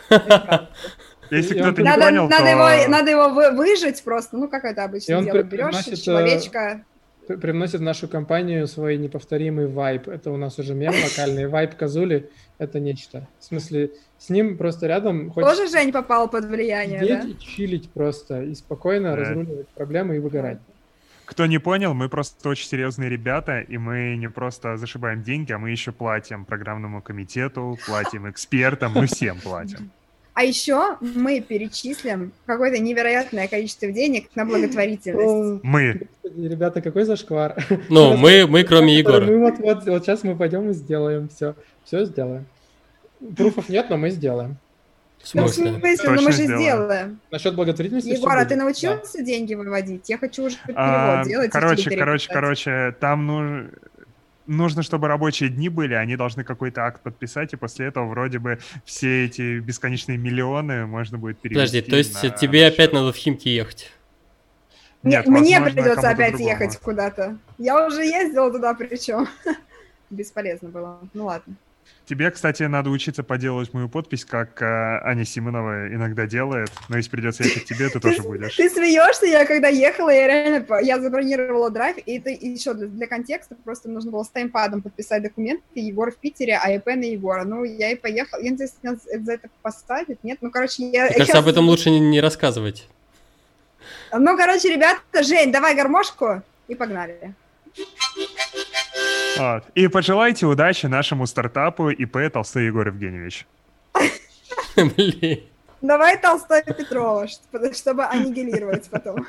Если кто-то не понял,
то... Надо его выжить просто, ну, как это обычно делают. Берешь человечка...
Привносит в нашу компанию свой неповторимый вайб. Это у нас уже мем локальный. Вайб Козули — это нечто. В смысле, с ним просто рядом...
Тоже Жень попал под влияние, да?
Сидеть и чилить просто, и спокойно разруливать проблемы и выгорать.
Кто не понял, мы просто очень серьезные ребята, и мы не просто зашибаем деньги, а мы еще платим программному комитету, платим экспертам, мы всем платим.
А еще мы перечислим какое-то невероятное количество денег на благотворительность.
Мы.
Ребята, какой зашквар.
Ну, мы кроме Егора.
Вот сейчас мы пойдем и сделаем все. Все сделаем. Пруфов нет, но мы сделаем.
В смысле?
Ну мы же сделаем.
Насчет благотворительности.
Егор, а ты научился деньги выводить? Я хочу уже перевод делать.
Короче, там нужно, чтобы рабочие дни были, они должны какой-то акт подписать, и после этого вроде бы все эти бесконечные миллионы можно будет перевести.
Подожди, то есть тебе опять надо в Химки ехать?
Нет, мне придется опять ехать куда-то. Я уже ездила туда, причем. Бесполезно было. Ну ладно.
Тебе, кстати, надо учиться поделать мою подпись, как Аня Симонова иногда делает. Но если придется ехать тебе, ты тоже будешь.
Ты смеешься? Я когда ехала, я забронировала драйв, и это еще для контекста просто нужно было с таймпадом подписать документы. Егор в Питере, а ИП на Егора. Ну, я и поехала. Я не знаю, если за это поставить, нет? Ну, короче, я...
Мне кажется, об этом лучше не рассказывать.
Ну, короче, ребята, Жень, давай гармошку и погнали.
Вот. И пожелайте удачи нашему стартапу ИП Толстой Егор Евгеньевич.
Блин.
Давай Толстой Петрова, чтобы аннигилировать потом.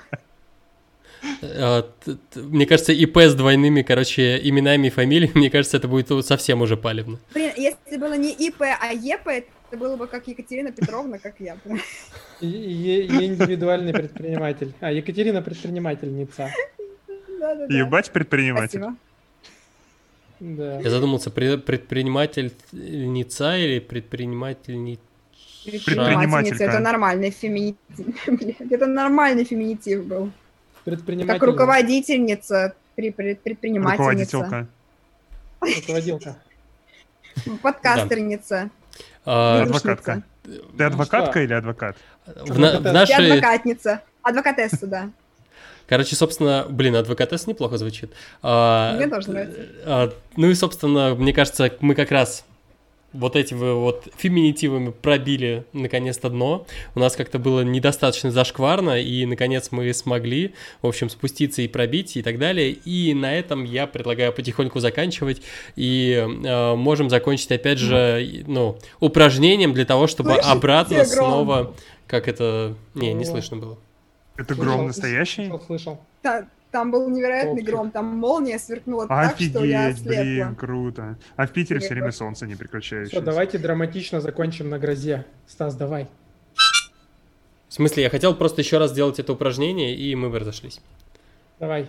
Мне кажется, ИП с двойными, короче, именами и фамилиями, мне кажется, это будет совсем уже палевно.
Блин, если было не ИП, а ЕП, это было бы как Екатерина Петровна, как я.
Я индивидуальный предприниматель. А, Екатерина предпринимательница.
Ебать предприниматель.
Спасибо.
Да.
Я задумался, предпринимательница или предпринимательница?
Предпринимательница, это нормальный феминитив. Это нормальный феминитив был. Как руководительница, предпринимательница.
Руководилка.
Подкастерница.
Адвокатка. Ты адвокатка или адвокат?
Я адвокатница. Адвокатесса, да.
Короче, собственно, адвокатесса неплохо звучит.
Мне тоже нравится.
Ну и, собственно, мне кажется, мы как раз вот этими вот феминитивами пробили наконец-то дно. У нас как-то было недостаточно зашкварно, и, наконец, мы смогли, в общем, спуститься и пробить, и так далее. И на этом я предлагаю потихоньку заканчивать, и можем закончить, опять же, упражнением для того, чтобы обратно снова... Как это... Не слышно было.
Это гром настоящий?
Слышал.
Там был невероятный гром, там молния сверкнула так, что я ослепла.
Офигеть, блин, круто. А в Питере все время солнце не прекращающееся.
Все, давайте драматично закончим на грозе. Стас, давай.
В смысле, я хотел просто еще раз сделать это упражнение, и мы бы разошлись.
Давай.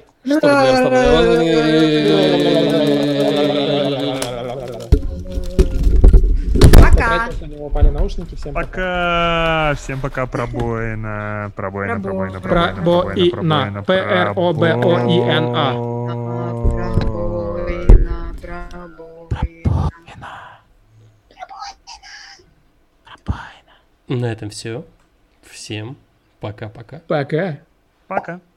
Пока.
У него упали наушники. Всем
пока. Всем пока. Пробоина. Пробоина.
Пробоина. Пробоина.
На этом все. Всем пока-пока.
Пока.
Пока.